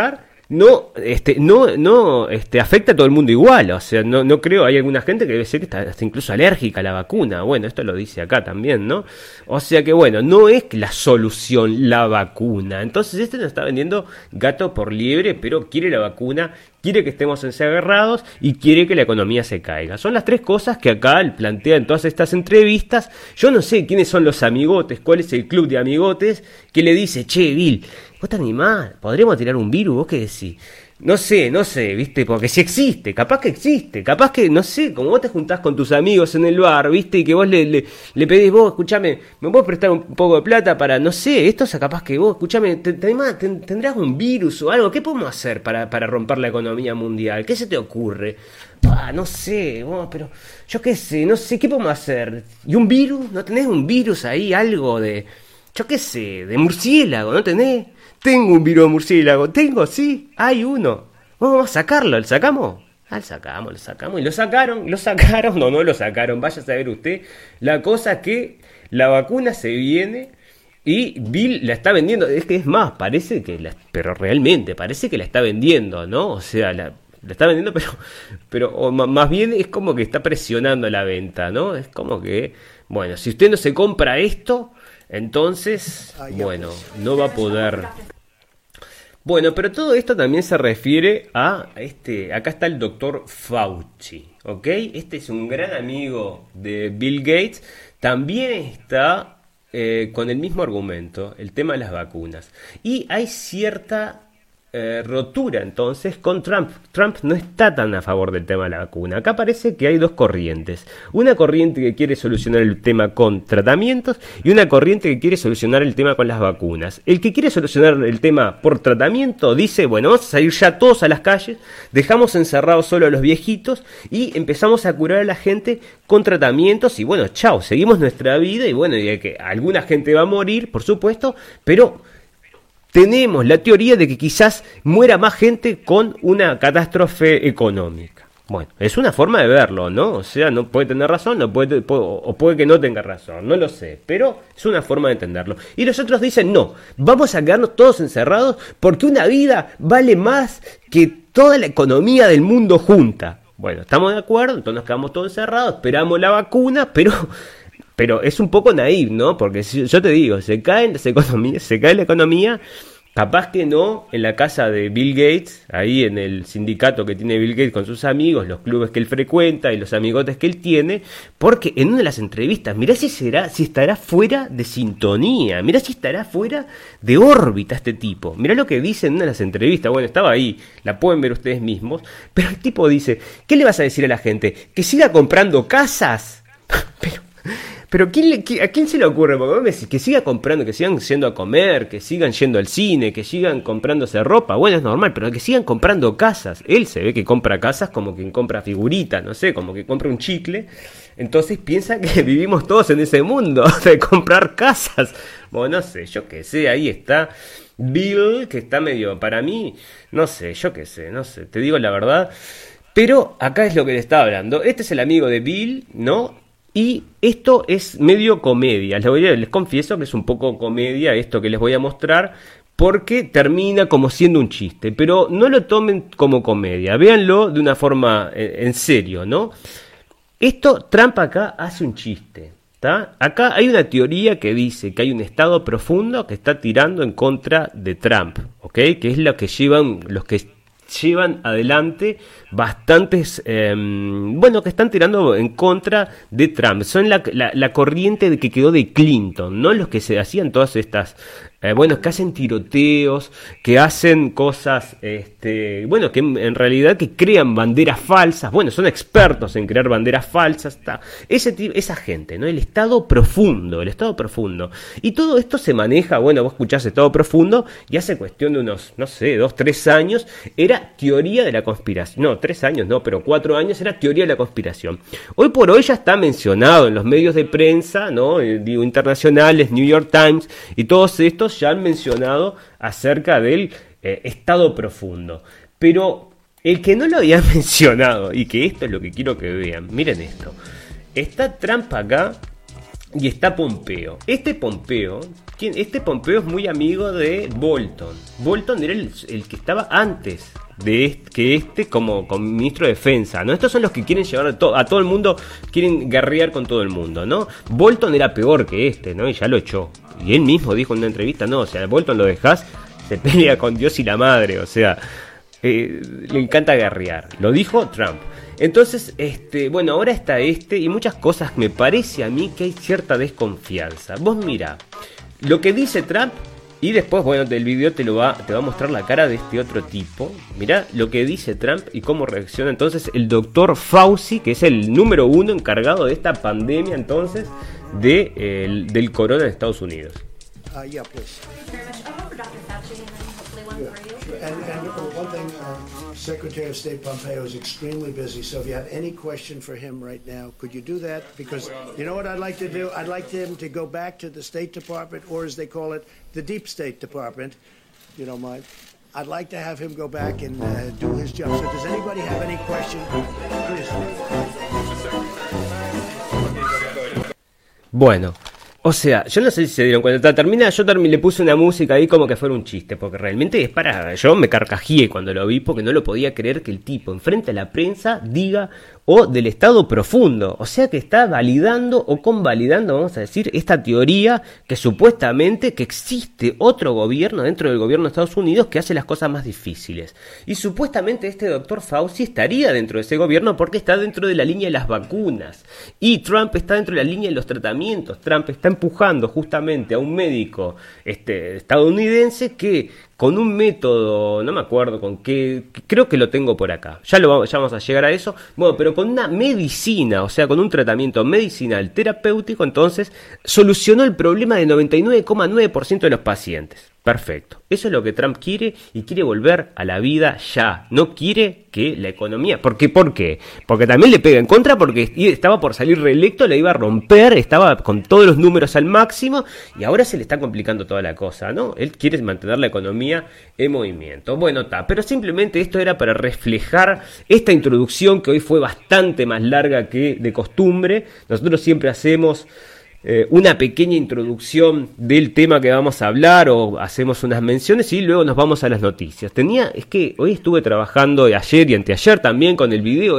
no afecta a todo el mundo igual. O sea, no creo, hay alguna gente que debe ser que está hasta incluso alérgica a la vacuna. Bueno, esto lo dice acá también, ¿no? O sea que bueno, no es la solución la vacuna. Entonces este nos está vendiendo gato por liebre, pero quiere la vacuna, quiere que estemos encerrados y quiere que la economía se caiga. Son las tres cosas que acá él plantea en todas estas entrevistas. Yo no sé quiénes son los amigotes, cuál es el club de amigotes que le dice, che, Bill, vos te animás, ¿podríamos tirar un virus? ¿Vos qué decís? No sé, viste, porque si existe, capaz que, no sé, como vos te juntás con tus amigos en el bar, viste, y que vos le pedís, vos, escuchame, ¿me podés prestar un poco de plata para, no sé, esto es capaz que vos, escuchame, tendrás un virus o algo, ¿qué podemos hacer para romper la economía mundial? ¿Qué se te ocurre? No sé, vos, pero yo qué sé, no sé, ¿qué podemos hacer? ¿Y un virus? ¿No tenés un virus ahí, algo de, yo qué sé, de murciélago, no tenés? Tengo un virus de murciélago, sí, hay uno. Vamos a sacarlo, ¿lo sacamos? Lo sacamos. Y lo sacaron, no lo sacaron, vaya a saber usted. La cosa es que la vacuna se viene y Bill la está vendiendo. Es más, parece que, pero realmente, parece que la está vendiendo, ¿no? O sea, la está vendiendo, pero o más bien es como que está presionando la venta, ¿no? Es como que, bueno, si usted no se compra esto, entonces, bueno, no va a poder. Bueno, pero todo esto también se refiere a acá está el doctor Fauci, ¿ok? Este es un gran amigo de Bill Gates, también está con el mismo argumento, el tema de las vacunas. Y hay cierta rotura entonces con Trump. Trump no está tan a favor del tema de la vacuna. Acá parece que hay dos corrientes. Una corriente que quiere solucionar el tema con tratamientos y una corriente que quiere solucionar el tema con las vacunas. El que quiere solucionar el tema por tratamiento dice, bueno, vamos a salir ya todos a las calles, dejamos encerrados solo a los viejitos y empezamos a curar a la gente con tratamientos y bueno, chao, seguimos nuestra vida y bueno, y que alguna gente va a morir, por supuesto, pero tenemos la teoría de que quizás muera más gente con una catástrofe económica. Bueno, es una forma de verlo, ¿no? O sea, no puede tener razón, o puede que no tenga razón, no lo sé, pero es una forma de entenderlo. Y los otros dicen, no, vamos a quedarnos todos encerrados porque una vida vale más que toda la economía del mundo junta. Bueno, estamos de acuerdo, entonces nos quedamos todos encerrados, esperamos la vacuna, pero es un poco naif, ¿no? Porque si yo te digo, se cae la economía, capaz que no en la casa de Bill Gates, ahí en el sindicato que tiene Bill Gates con sus amigos, los clubes que él frecuenta y los amigotes que él tiene, porque en una de las entrevistas, mirá si estará fuera de sintonía, mirá si estará fuera de órbita este tipo, mirá lo que dice en una de las entrevistas, bueno, estaba ahí, la pueden ver ustedes mismos, pero el tipo dice, ¿qué le vas a decir a la gente? ¿Que siga comprando casas? Pero ¿a quién se le ocurre? Porque vos me decís que siga comprando, que sigan yendo a comer, que sigan yendo al cine, que sigan comprándose ropa. Bueno, es normal, pero que sigan comprando casas. Él se ve que compra casas como quien compra figuritas, no sé, como que compra un chicle. Entonces piensa que vivimos todos en ese mundo de comprar casas. Bueno, no sé, yo qué sé, ahí está Bill, que está medio, para mí, no sé, yo qué sé, no sé, te digo la verdad. Pero acá es lo que le estaba hablando. Este es el amigo de Bill, ¿no? Y esto es medio comedia, les confieso que es un poco comedia esto que les voy a mostrar, porque termina como siendo un chiste, pero no lo tomen como comedia, véanlo de una forma en serio, ¿no? Trump acá hace un chiste, ¿tá? Acá hay una teoría que dice que hay un estado profundo que está tirando en contra de Trump, ¿ok? Que es lo que llevan adelante bastantes, que están tirando en contra de Trump. Son la corriente de que quedó de Clinton, no los que se hacían todas estas, que hacen tiroteos, que hacen cosas, que en realidad que crean banderas falsas. Bueno, son expertos en crear banderas falsas. Esa gente, ¿no? El estado profundo. Y todo esto se maneja, vos escuchás estado profundo y hace cuestión de unos, 2-3 años, era teoría de la conspiración. No, 3 años no, pero 4 años era teoría de la conspiración. Hoy por hoy ya está mencionado en los medios de prensa, ¿no? Internacionales, New York Times y todos estos ya han mencionado acerca del estado profundo. Pero el que no lo había mencionado, y que esto es lo que quiero que vean, miren esto. Está Trump acá y está Pompeo. Este Pompeo es muy amigo de Bolton. Bolton era el que estaba antes de como ministro de defensa, ¿no? Estos son los que quieren llevar a todo el mundo, quieren guerrear con todo el mundo, ¿no? Bolton era peor que ¿no? Y ya lo echó. Y él mismo dijo en una entrevista, no, o sea, Bolton lo dejás, se pelea con Dios y la madre, o sea, le encanta guerrear. Lo dijo Trump. Entonces, bueno, ahora está y muchas cosas me parece a mí que hay cierta desconfianza. Vos mirá, lo que dice Trump, y después, bueno, del video te va a mostrar la cara de este otro tipo. Mirá lo que dice Trump y cómo reacciona entonces el doctor Fauci, que es el número 1 encargado de esta pandemia entonces del corona en Estados Unidos. Yeah, please. And one thing, Secretary of State Pompeo is extremely busy, so if you have any question for him right now, could you do that? Because you know what I'd like to do? I'd like him to go back to the State Department, or as they call it, the Deep State Department. You don't mind? I'd like to have him go back and do his job. So does anybody have any question? Please. Bueno. O sea, yo no sé si se dieron cuenta, le puse una música ahí como que fuera un chiste, porque realmente yo me carcajeé cuando lo vi, porque no lo podía creer que el tipo enfrente a la prensa diga del estado profundo, o sea que está validando o convalidando, vamos a decir, esta teoría que supuestamente que existe otro gobierno dentro del gobierno de Estados Unidos que hace las cosas más difíciles, y supuestamente este doctor Fauci estaría dentro de ese gobierno porque está dentro de la línea de las vacunas, y Trump está dentro de la línea de los tratamientos. Trump está empujando justamente a un médico estadounidense que con un método, no me acuerdo con qué, creo que lo tengo por acá, ya vamos a llegar a eso, bueno, pero con una medicina, o sea, con un tratamiento medicinal terapéutico, entonces solucionó el problema de 99,9% de los pacientes. Perfecto. Eso es lo que Trump quiere, y quiere volver a la vida ya. No quiere que la economía... ¿Por qué? Porque también le pega en contra, porque estaba por salir reelecto, la iba a romper, estaba con todos los números al máximo, y ahora se le está complicando toda la cosa, ¿no? Él quiere mantener la economía en movimiento. Bueno, pero simplemente esto era para reflejar esta introducción que hoy fue bastante más larga que de costumbre. Nosotros siempre hacemos una pequeña introducción del tema que vamos a hablar, o hacemos unas menciones y luego nos vamos a las noticias. Es que hoy estuve trabajando ayer y anteayer también con el video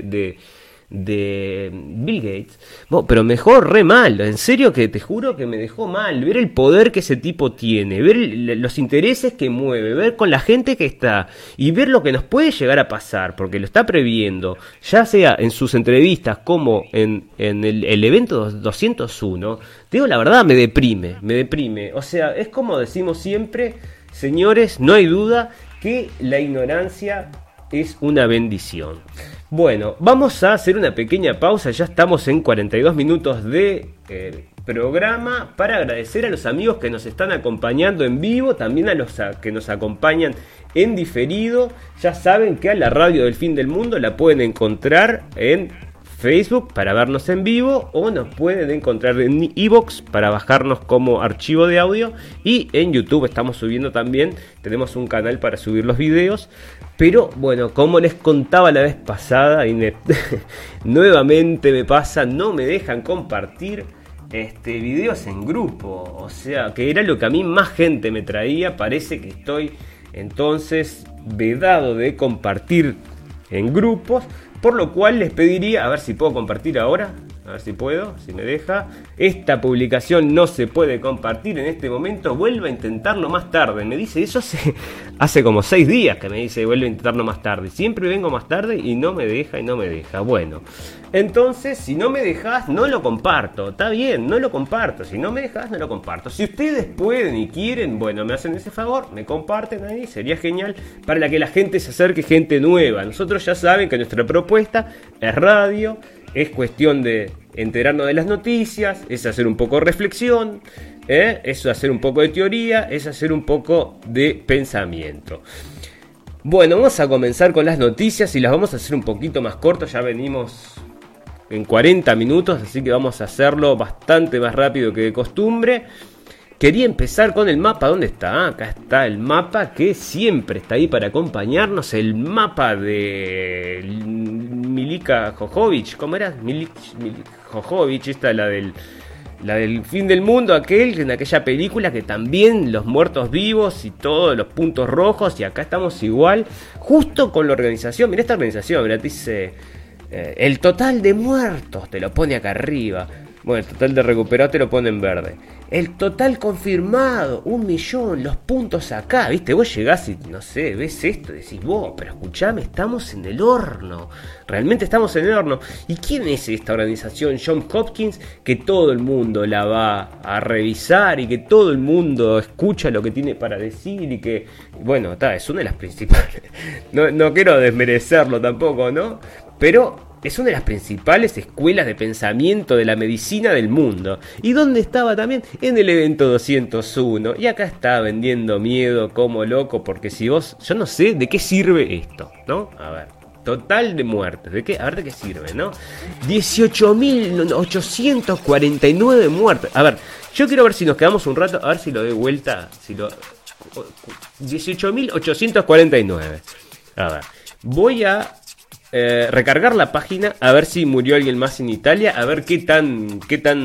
de Bill Gates, pero me dejó re mal, en serio que te juro que me dejó mal ver el poder que ese tipo tiene, ver los intereses que mueve, ver con la gente que está y ver lo que nos puede llegar a pasar, porque lo está previendo, ya sea en sus entrevistas como en el evento 201. Te digo la verdad, me deprime, o sea, es como decimos siempre, señores, no hay duda que la ignorancia es una bendición. Bueno, vamos a hacer una pequeña pausa, ya estamos en 42 minutos de programa, para agradecer a los amigos que nos están acompañando en vivo, también a los que nos acompañan en diferido. Ya saben que a la radio del fin del mundo la pueden encontrar en Facebook para vernos en vivo, o nos pueden encontrar en iVoox para bajarnos como archivo de audio, y en YouTube estamos subiendo también, tenemos un canal para subir los videos. Pero bueno, como les contaba la vez pasada, y nuevamente me pasa, no me dejan compartir videos en grupo, o sea, que era lo que a mí más gente me traía. Parece que estoy entonces vedado de compartir en grupos, por lo cual les pediría, a ver si puedo compartir ahora, a ver si puedo, si me deja. Esta publicación no se puede compartir en este momento, vuelva a intentarlo más tarde. Me dice eso hace como 6 días que me dice vuelve a intentarlo más tarde. Siempre vengo más tarde y no me deja. Bueno, entonces si no me dejas, no lo comparto. Está bien, no lo comparto. Si no me dejas, no lo comparto. Si ustedes pueden y quieren, bueno, me hacen ese favor, me comparten ahí, sería genial, para que la gente se acerque, gente nueva. Nosotros ya saben que nuestra propuesta es radio, es cuestión de enterarnos de las noticias, es hacer un poco de reflexión, es hacer un poco de teoría, es hacer un poco de pensamiento. Bueno, vamos a comenzar con las noticias y las vamos a hacer un poquito más cortas. Ya venimos en 40 minutos, así que vamos a hacerlo bastante más rápido que de costumbre. Quería empezar con el mapa. ¿Dónde está? Acá está el mapa que siempre está ahí para acompañarnos. El mapa de Milika Jojovic. ¿Cómo era? Jojovic, esta es la del La del fin del mundo, en aquella película que también los muertos vivos y todos los puntos rojos, y acá estamos igual, justo con la organización. Mirá esta organización, mirá, te dice el total de muertos, te lo pone acá arriba. Bueno, el total de recuperados te lo pone en verde. El total confirmado, 1 millón, los puntos acá, ¿viste? Vos llegás y, no sé, ves esto y decís, vos, pero escuchame, estamos en el horno. Realmente estamos en el horno. ¿Y quién es esta organización, Johns Hopkins, que todo el mundo la va a revisar y que todo el mundo escucha lo que tiene para decir y que, bueno, es una de las principales. No quiero desmerecerlo tampoco, ¿no? Pero es una de las principales escuelas de pensamiento de la medicina del mundo. ¿Y dónde estaba también? En el evento 201. Y acá está vendiendo miedo como loco, porque si vos... Yo no sé de qué sirve esto, ¿no? A ver, total de muertes. ¿De qué? A ver de qué sirve, ¿no? 18.849 muertes. A ver, yo quiero ver si nos quedamos un rato, a ver si lo doy vuelta. 18.849. A ver, voy a... recargar la página a ver si murió alguien más en Italia, a ver qué tan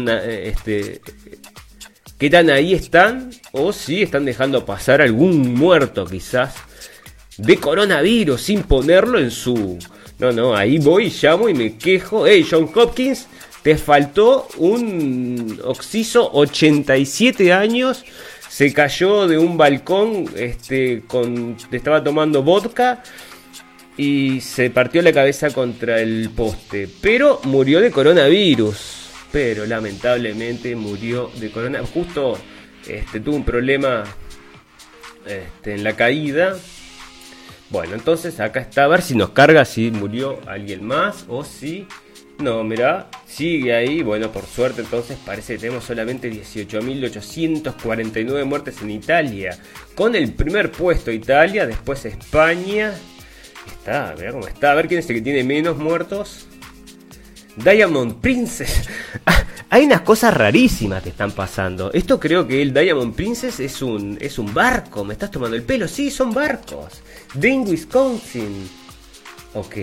ahí están, o si están dejando pasar algún muerto quizás de coronavirus sin ponerlo en su... No, ahí voy, llamo y me quejo. Hey, John Hopkins, te faltó un occiso, 87 años, se cayó de un balcón, estaba tomando vodka y se partió la cabeza contra el poste, pero murió de coronavirus. Pero lamentablemente murió de coronavirus. Justo tuvo un problema en la caída. Bueno, entonces acá está, a ver si nos carga si murió alguien más o si... No, mirá, sigue ahí. Bueno, por suerte entonces parece que tenemos solamente 18.849 muertes en Italia. Con el primer puesto Italia, después España... Está, mirá cómo está. A ver quién es el que tiene menos muertos. Diamond Princess. Hay unas cosas rarísimas que están pasando. Esto creo que el Diamond Princess es un barco. ¿Me estás tomando el pelo? Sí, son barcos. Dane, Wisconsin. Ok.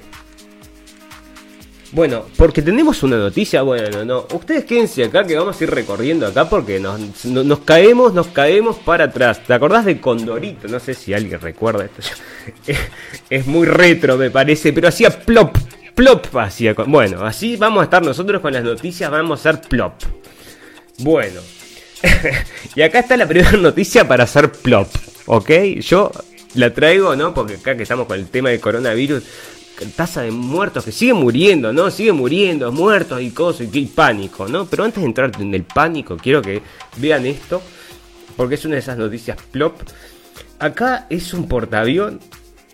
Bueno, porque tenemos una noticia. Bueno, no. Ustedes quédense acá que vamos a ir recorriendo acá porque nos caemos para atrás. ¿Te acordás de Condorito? No sé si alguien recuerda esto. Es muy retro me parece, pero hacía plop. Plop hacía. Bueno, así vamos a estar nosotros con las noticias. Vamos a hacer plop. Bueno. Y acá está la primera noticia para hacer plop. ¿Ok? Yo la traigo, ¿no? Porque acá que estamos con el tema del coronavirus... Tasa de muertos que sigue muriendo, ¿no? Sigue muriendo, muertos y cosas, y pánico, ¿no? Pero antes de entrar en el pánico, quiero que vean esto, porque es una de esas noticias plop. Acá es un portaavión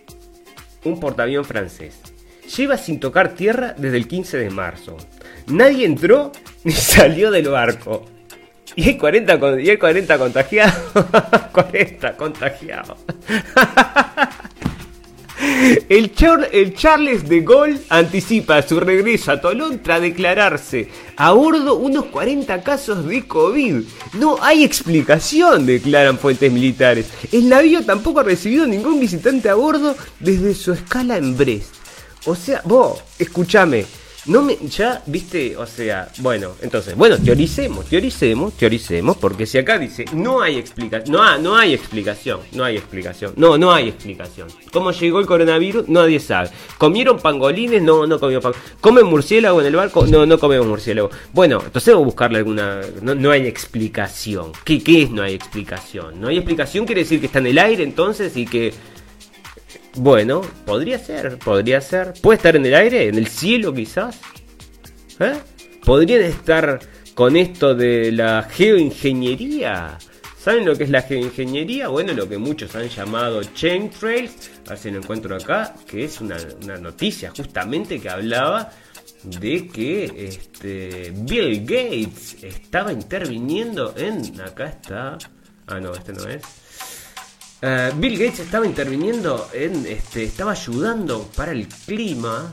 francés. Lleva sin tocar tierra desde el 15 de marzo. Nadie entró ni salió del barco. Y hay 40 contagiados. 40 contagiados. El Charles de Gaulle anticipa su regreso a Toulon tras declararse a bordo unos 40 casos de COVID. No hay explicación, declaran fuentes militares. El navío tampoco ha recibido ningún visitante a bordo desde su escala en Brest. O sea, vos, escúchame. Ya, viste, o sea, bueno, entonces, teoricemos, porque si acá dice, no hay explicación. ¿Cómo llegó el coronavirus? Nadie sabe. ¿Comieron pangolines? No comieron pangolines. ¿Comen murciélago en el barco? No comemos murciélago. Bueno, entonces vamos a buscarle alguna, no hay explicación. ¿Qué es no hay explicación? No hay explicación quiere decir que está en el aire entonces y que... Bueno, podría ser. Puede estar en el aire, en el cielo quizás. Podrían estar con esto de la geoingeniería. ¿Saben lo que es la geoingeniería? Bueno, lo que muchos han llamado chemtrails. A ver si lo encuentro acá. Que es una noticia justamente que hablaba de que Bill Gates estaba interviniendo en... Acá está... Ah, no, este no es... Bill Gates estaba interviniendo estaba ayudando para el clima.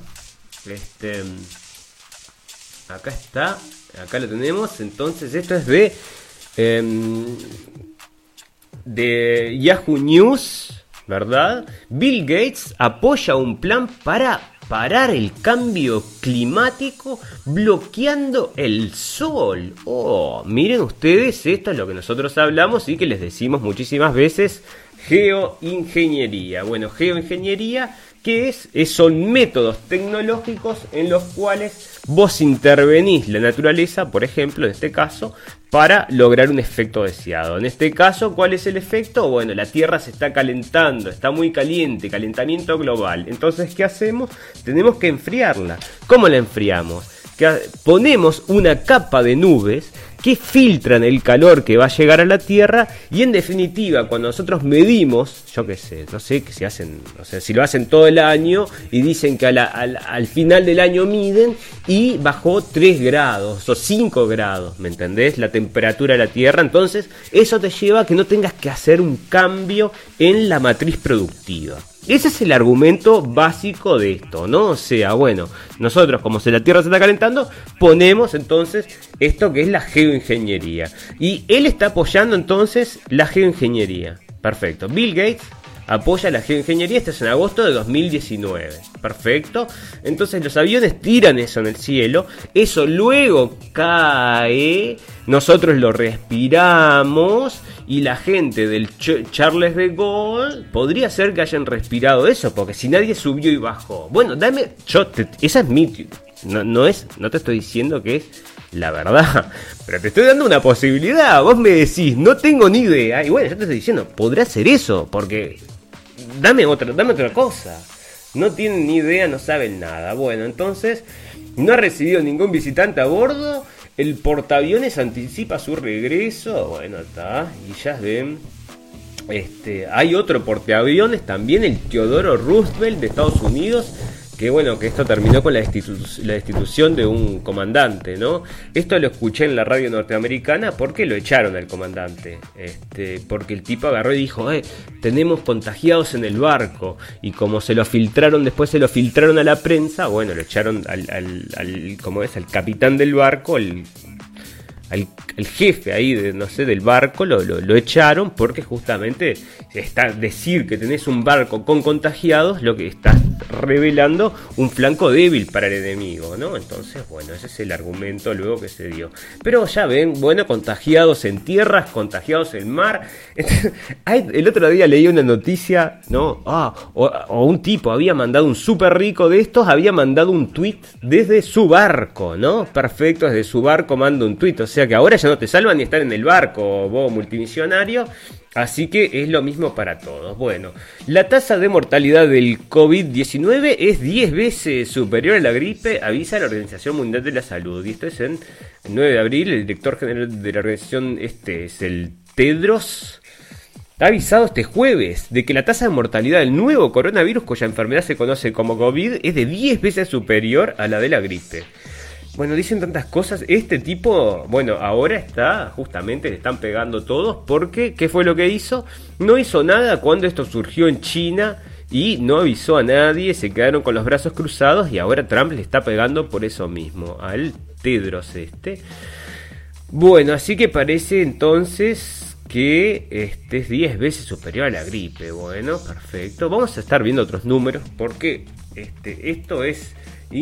Acá está, acá lo tenemos. Entonces esto es de Yahoo News, ¿verdad? Bill Gates apoya un plan para parar el cambio climático bloqueando el sol. Oh, miren ustedes, esto es lo que nosotros hablamos y que les decimos muchísimas veces, geoingeniería. Bueno, geoingeniería, ¿qué es? Son métodos tecnológicos en los cuales vos intervenís la naturaleza, por ejemplo, en este caso, para lograr un efecto deseado. En este caso, ¿cuál es el efecto? Bueno, la Tierra se está calentando, está muy caliente, calentamiento global. Entonces, ¿qué hacemos? Tenemos que enfriarla. ¿Cómo la enfriamos? Ponemos una capa de nubes que filtran el calor que va a llegar a la Tierra y en definitiva cuando nosotros medimos, yo qué sé, no sé que si hacen, o sea, si lo hacen todo el año y dicen que al final del año miden y bajó 3 grados o 5 grados, ¿me entendés? La temperatura de la Tierra, entonces eso te lleva a que no tengas que hacer un cambio en la matriz productiva. Ese es el argumento básico de esto, ¿no? O sea, bueno, nosotros como si la Tierra se está calentando, ponemos entonces esto que es la geoingeniería. Y él está apoyando entonces la geoingeniería. Perfecto. Bill Gates apoya la geoingeniería, esto es en agosto de 2019. Perfecto. Entonces los aviones tiran eso en el cielo, eso luego cae, nosotros lo respiramos y la gente del Charles de Gaulle podría ser que hayan respirado eso, porque si nadie subió y bajó. Bueno, esa es mi... No te estoy diciendo que es la verdad, pero te estoy dando una posibilidad. Vos me decís, no tengo ni idea, y bueno, yo te estoy diciendo, podrá ser eso, porque dame otra cosa. No tienen ni idea, no saben nada. Bueno, entonces no ha recibido ningún visitante a bordo. El portaaviones anticipa su regreso. Bueno, está. Y ya ven. Hay otro portaaviones también, el Teodoro Roosevelt de Estados Unidos. Que bueno, que esto terminó con la destitución de un comandante, ¿no? Esto lo escuché en la radio norteamericana porque lo echaron al comandante. Porque el tipo agarró y dijo, tenemos contagiados en el barco. Y como después se lo filtraron a la prensa, bueno, lo echaron al capitán del barco, al jefe ahí del barco, lo echaron porque justamente decir que tenés un barco con contagiados, lo que está revelando un flanco débil para el enemigo, ¿no? Entonces, bueno, ese es el argumento luego que se dio. Pero ya ven, bueno, contagiados en tierras, contagiados en mar. El otro día leí una noticia, ¿no? O un tipo había mandado, un súper rico de estos, había mandado un tweet desde su barco, ¿no? Perfecto, desde su barco manda un tweet, o sea que ahora ya no te salvan ni estar en el barco, vos multimillonario. Así que es lo mismo para todos. Bueno, la tasa de mortalidad del COVID-19 es 10 veces superior a la gripe, avisa la Organización Mundial de la Salud. Y esto es en el 9 de abril, el director general de la organización, es el Tedros, ha avisado este jueves de que la tasa de mortalidad del nuevo coronavirus, cuya enfermedad se conoce como COVID, es de 10 veces superior a la de la gripe. Bueno, dicen tantas cosas. Este tipo, bueno, ahora justamente le están pegando todos porque, ¿qué fue lo que hizo? No hizo nada cuando esto surgió en China y no avisó a nadie, se quedaron con los brazos cruzados y ahora Trump le está pegando por eso mismo, al Tedros Bueno, así que parece entonces que es 10 veces superior a la gripe. Bueno, perfecto. Vamos a estar viendo otros números porque esto es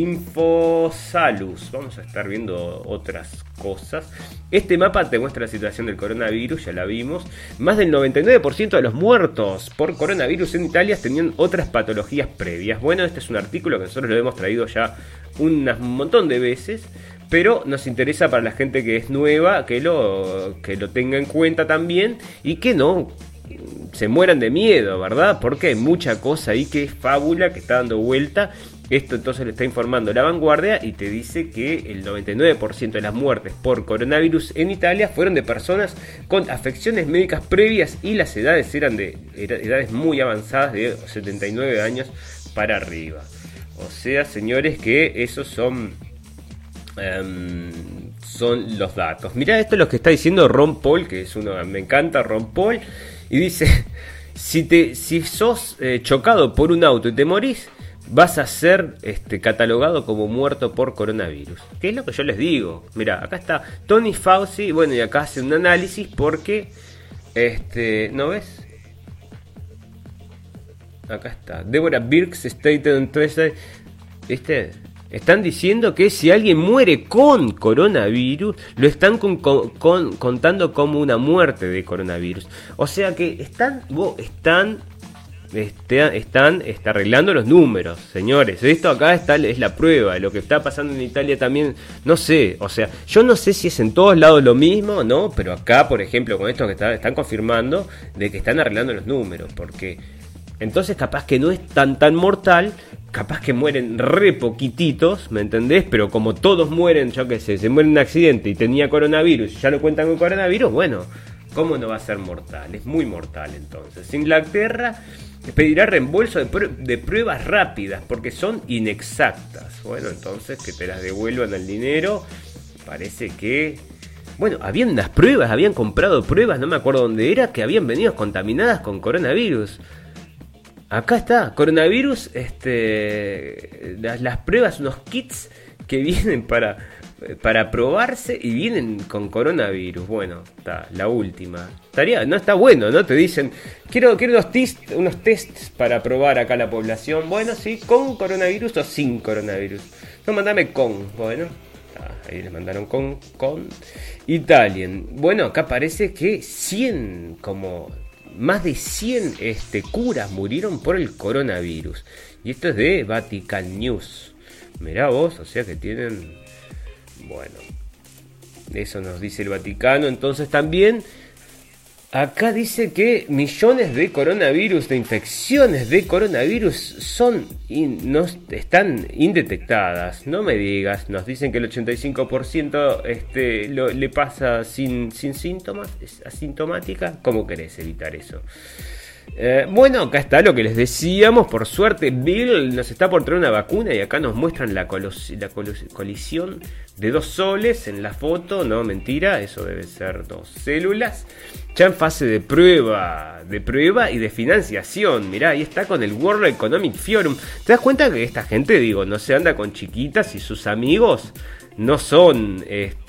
Infosalus. Vamos a estar viendo otras cosas. Este mapa te muestra la situación del coronavirus, ya la vimos. Más del 99% de los muertos por coronavirus en Italia tenían otras patologías previas. Bueno, este es un artículo que nosotros lo hemos traído ya un montón de veces, pero nos interesa para la gente que es nueva que lo tenga en cuenta también y que no se mueran de miedo, ¿verdad? Porque hay mucha cosa ahí que es fábula, que está dando vuelta. Esto entonces le está informando La Vanguardia y te dice que el 99% de las muertes por coronavirus en Italia fueron de personas con afecciones médicas previas y las edades eran de edades muy avanzadas, de 79 años para arriba. O sea, señores, que esos son los datos. Mirá, esto es lo que está diciendo Ron Paul, que es uno, me encanta Ron Paul, y dice, si sos chocado por un auto y te morís, vas a ser catalogado como muerto por coronavirus. ¿Qué es lo que yo les digo? Mira, acá está Tony Fauci, bueno, y acá hace un análisis porque, ¿no ves? Acá está. Deborah Birx stated on Thursday, Están diciendo que si alguien muere con coronavirus, lo están contando como una muerte de coronavirus. O sea que están arreglando los números, señores. Esto acá es la prueba. Lo que está pasando en Italia también, no sé. O sea, yo no sé si es en todos lados lo mismo, ¿no? Pero acá, por ejemplo, con esto que están confirmando de que están arreglando los números. Porque entonces capaz que no es tan mortal. Capaz que mueren re poquititos, ¿me entendés? Pero como todos mueren, yo qué sé, se muere en un accidente y tenía coronavirus, ya lo cuentan con coronavirus, bueno, ¿cómo no va a ser mortal? Es muy mortal entonces. Inglaterra pedirá reembolso de pruebas rápidas porque son inexactas. Bueno, entonces que te las devuelvan el dinero. Parece que... Bueno, habían unas pruebas, habían comprado pruebas, no me acuerdo dónde era, que habían venido contaminadas con coronavirus. Acá está, coronavirus, las pruebas, unos kits que vienen para probarse y vienen con coronavirus. Bueno, está, la última. No está bueno, ¿no? Te dicen, quiero unos tests para probar acá la población. Bueno, sí, con coronavirus o sin coronavirus. No, mandame con, bueno. Ahí les mandaron con Italian. Bueno, acá parece que 100 más de 100 curas murieron por el coronavirus. Y esto es de Vatican News. Mirá vos, o sea que tienen... Bueno, eso nos dice el Vaticano. Entonces también acá dice que millones de coronavirus, de infecciones de coronavirus no están indetectadas. No me digas, nos dicen que el 85% le pasa sin síntomas, es asintomática. ¿Cómo querés evitar eso? Bueno, acá está lo que les decíamos. Por suerte Bill nos está por traer una vacuna y acá nos muestran la colisión de 2 soles en la foto. No, mentira, eso debe ser 2 células. Ya en fase de prueba y de financiación. Mirá, ahí está con el World Economic Forum. ¿Te das cuenta que esta gente, no se anda con chiquitas y sus amigos no son,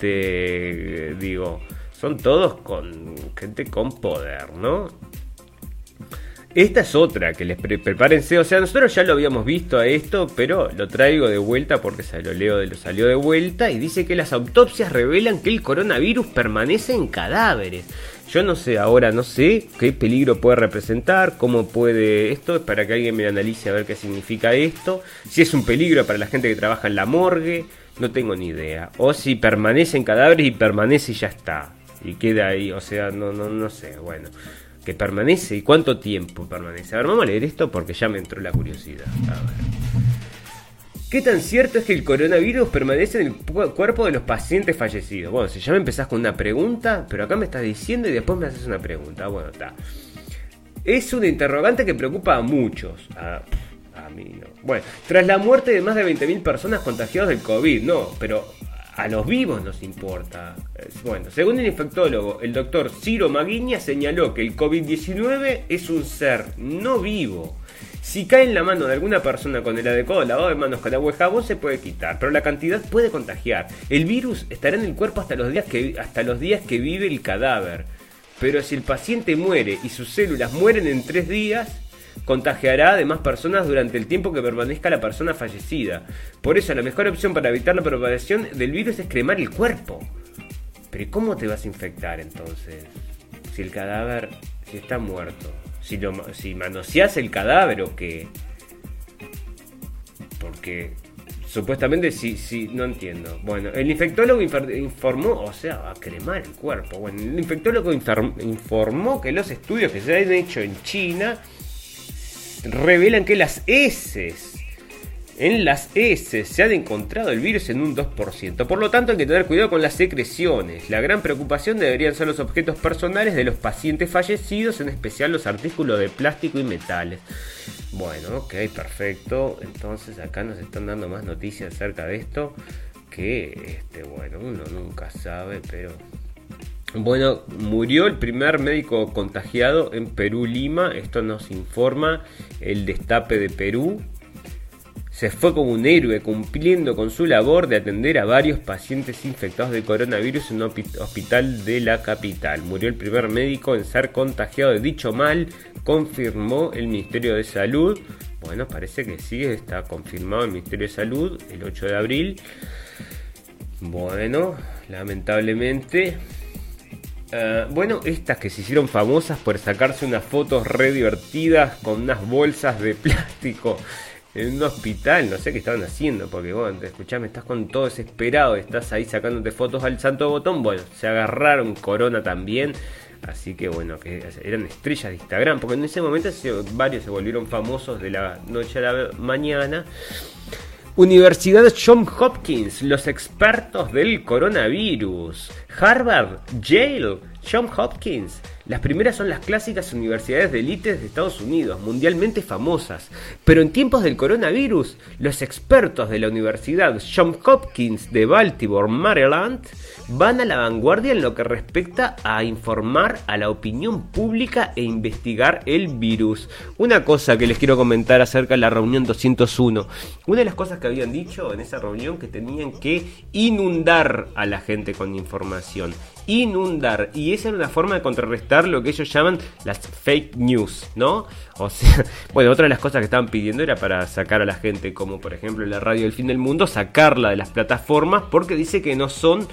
son todos con gente con poder, ¿no? Esta es otra, que les prepárense, o sea, nosotros ya lo habíamos visto a esto, pero lo traigo de vuelta porque salió de vuelta y dice que las autopsias revelan que el coronavirus permanece en cadáveres. Yo no sé qué peligro puede representar, cómo puede esto, es para que alguien me analice a ver qué significa esto, si es un peligro para la gente que trabaja en la morgue, no tengo ni idea, o si permanece en cadáveres y permanece y ya está, y queda ahí, o sea, no sé, bueno... que permanece y cuánto tiempo permanece. A ver, vamos a leer esto porque ya me entró la curiosidad. A ver. ¿Qué tan cierto es que el coronavirus permanece en el cuerpo de los pacientes fallecidos? Bueno, si ya me empezás con una pregunta, pero acá me estás diciendo y después me haces una pregunta. Bueno, está. Es una interrogante que preocupa a muchos. A mí no. Bueno, tras la muerte de más de 20.000 personas contagiadas del COVID, no, pero... a los vivos nos importa. Bueno, según el infectólogo, el doctor Ciro Maguiña señaló que el COVID-19 es un ser no vivo. Si cae en la mano de alguna persona con el adecuado lavado de manos con agua y jabón se puede quitar, pero la cantidad puede contagiar. El virus estará en el cuerpo hasta los días que vive el cadáver. Pero si el paciente muere y sus células mueren en 3 días... contagiará a demás personas durante el tiempo que permanezca la persona fallecida. Por eso la mejor opción para evitar la propagación del virus es cremar el cuerpo. Pero ¿cómo te vas a infectar entonces? Si el cadáver, si está muerto, si manoseás el cadáver o qué. Porque supuestamente si no entiendo. Bueno, el infectólogo informó, o sea, a cremar el cuerpo. Bueno, el infectólogo informó que los estudios que se han hecho en China revelan que en las heces se ha encontrado el virus en un 2%. Por lo tanto hay que tener cuidado con las secreciones. La gran preocupación deberían ser los objetos personales de los pacientes fallecidos, en especial los artículos de plástico y metales. Bueno, ok, perfecto. Entonces acá nos están dando más noticias acerca de esto. Que, bueno, uno nunca sabe, pero... Bueno, murió el primer médico contagiado en Perú, Lima. Esto nos informa el Destape de Perú. Se fue como un héroe cumpliendo con su labor de atender a varios pacientes infectados de coronavirus en un hospital de la capital. Murió el primer médico en ser contagiado de dicho mal, confirmó el Ministerio de Salud. Bueno, parece que sí, está confirmado el Ministerio de Salud el 8 de abril. Bueno, lamentablemente. Bueno, estas que se hicieron famosas por sacarse unas fotos re divertidas con unas bolsas de plástico en un hospital, no sé qué estaban haciendo, porque bueno, escuchame, estás con todo desesperado, estás ahí sacándote fotos al santo botón. Bueno, se agarraron corona también, así que bueno, que eran estrellas de Instagram, porque en ese momento varios se volvieron famosos de la noche a la mañana. Universidad Johns Hopkins, los expertos del coronavirus. Harvard, Yale, Johns Hopkins. Las primeras son las clásicas universidades de élite de Estados Unidos, mundialmente famosas. Pero en tiempos del coronavirus, los expertos de la Universidad Johns Hopkins de Baltimore, Maryland, van a la vanguardia en lo que respecta a informar a la opinión pública e investigar el virus. Una cosa que les quiero comentar acerca de la reunión 201. Una de las cosas que habían dicho en esa reunión, que tenían que inundar a la gente con información. Inundar, y esa era una forma de contrarrestar lo que ellos llaman las fake news, ¿no? O sea, bueno, otra de las cosas que estaban pidiendo era para sacar a la gente, como por ejemplo la radio del fin del mundo, sacarla de las plataformas, porque dice que no son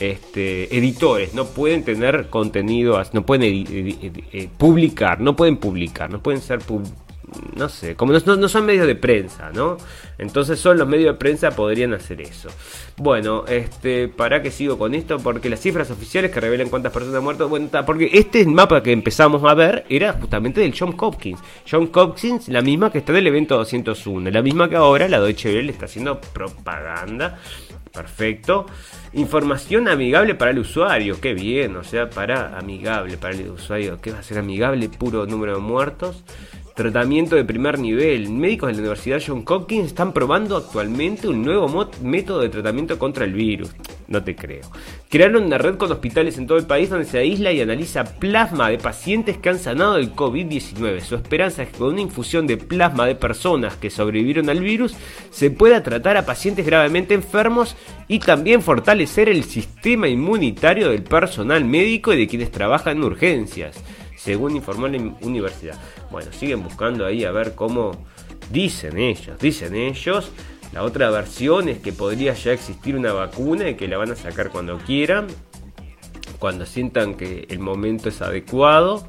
editores, no pueden tener contenido, no pueden publicar, no pueden ser no sé, como no son medios de prensa, ¿no? Entonces solo los medios de prensa podrían hacer eso. Bueno, ¿para qué sigo con esto? Porque las cifras oficiales que revelan cuántas personas han muerto, bueno, porque este mapa que empezamos a ver era justamente del Johns Hopkins. Johns Hopkins, la misma que está en el evento 201, la misma que ahora la Deutsche Welle le está haciendo propaganda. Perfecto. Información amigable para el usuario. Qué bien, o sea, amigable para el usuario. ¿Qué va a ser amigable? Puro número de muertos. Tratamiento de primer nivel. Médicos de la Universidad Johns Hopkins están probando actualmente un nuevo método de tratamiento contra el virus. No te creo. Crearon una red con hospitales en todo el país donde se aísla y analiza plasma de pacientes que han sanado del COVID-19. Su esperanza es que con una infusión de plasma de personas que sobrevivieron al virus se pueda tratar a pacientes gravemente enfermos y también fortalecer el sistema inmunitario del personal médico y de quienes trabajan en urgencias, según informó la universidad. Bueno, siguen buscando ahí a ver cómo dicen ellos. La otra versión es que podría ya existir una vacuna y que la van a sacar cuando quieran, cuando sientan que el momento es adecuado.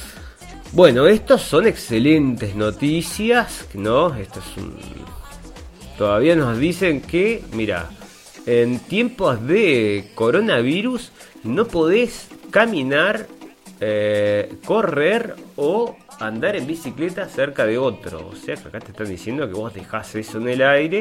Bueno, estos son excelentes noticias, ¿no? Todavía nos dicen que, mira, en tiempos de coronavirus no podés caminar, correr o andar en bicicleta cerca de otro. O sea que acá te están diciendo que vos dejás eso en el aire.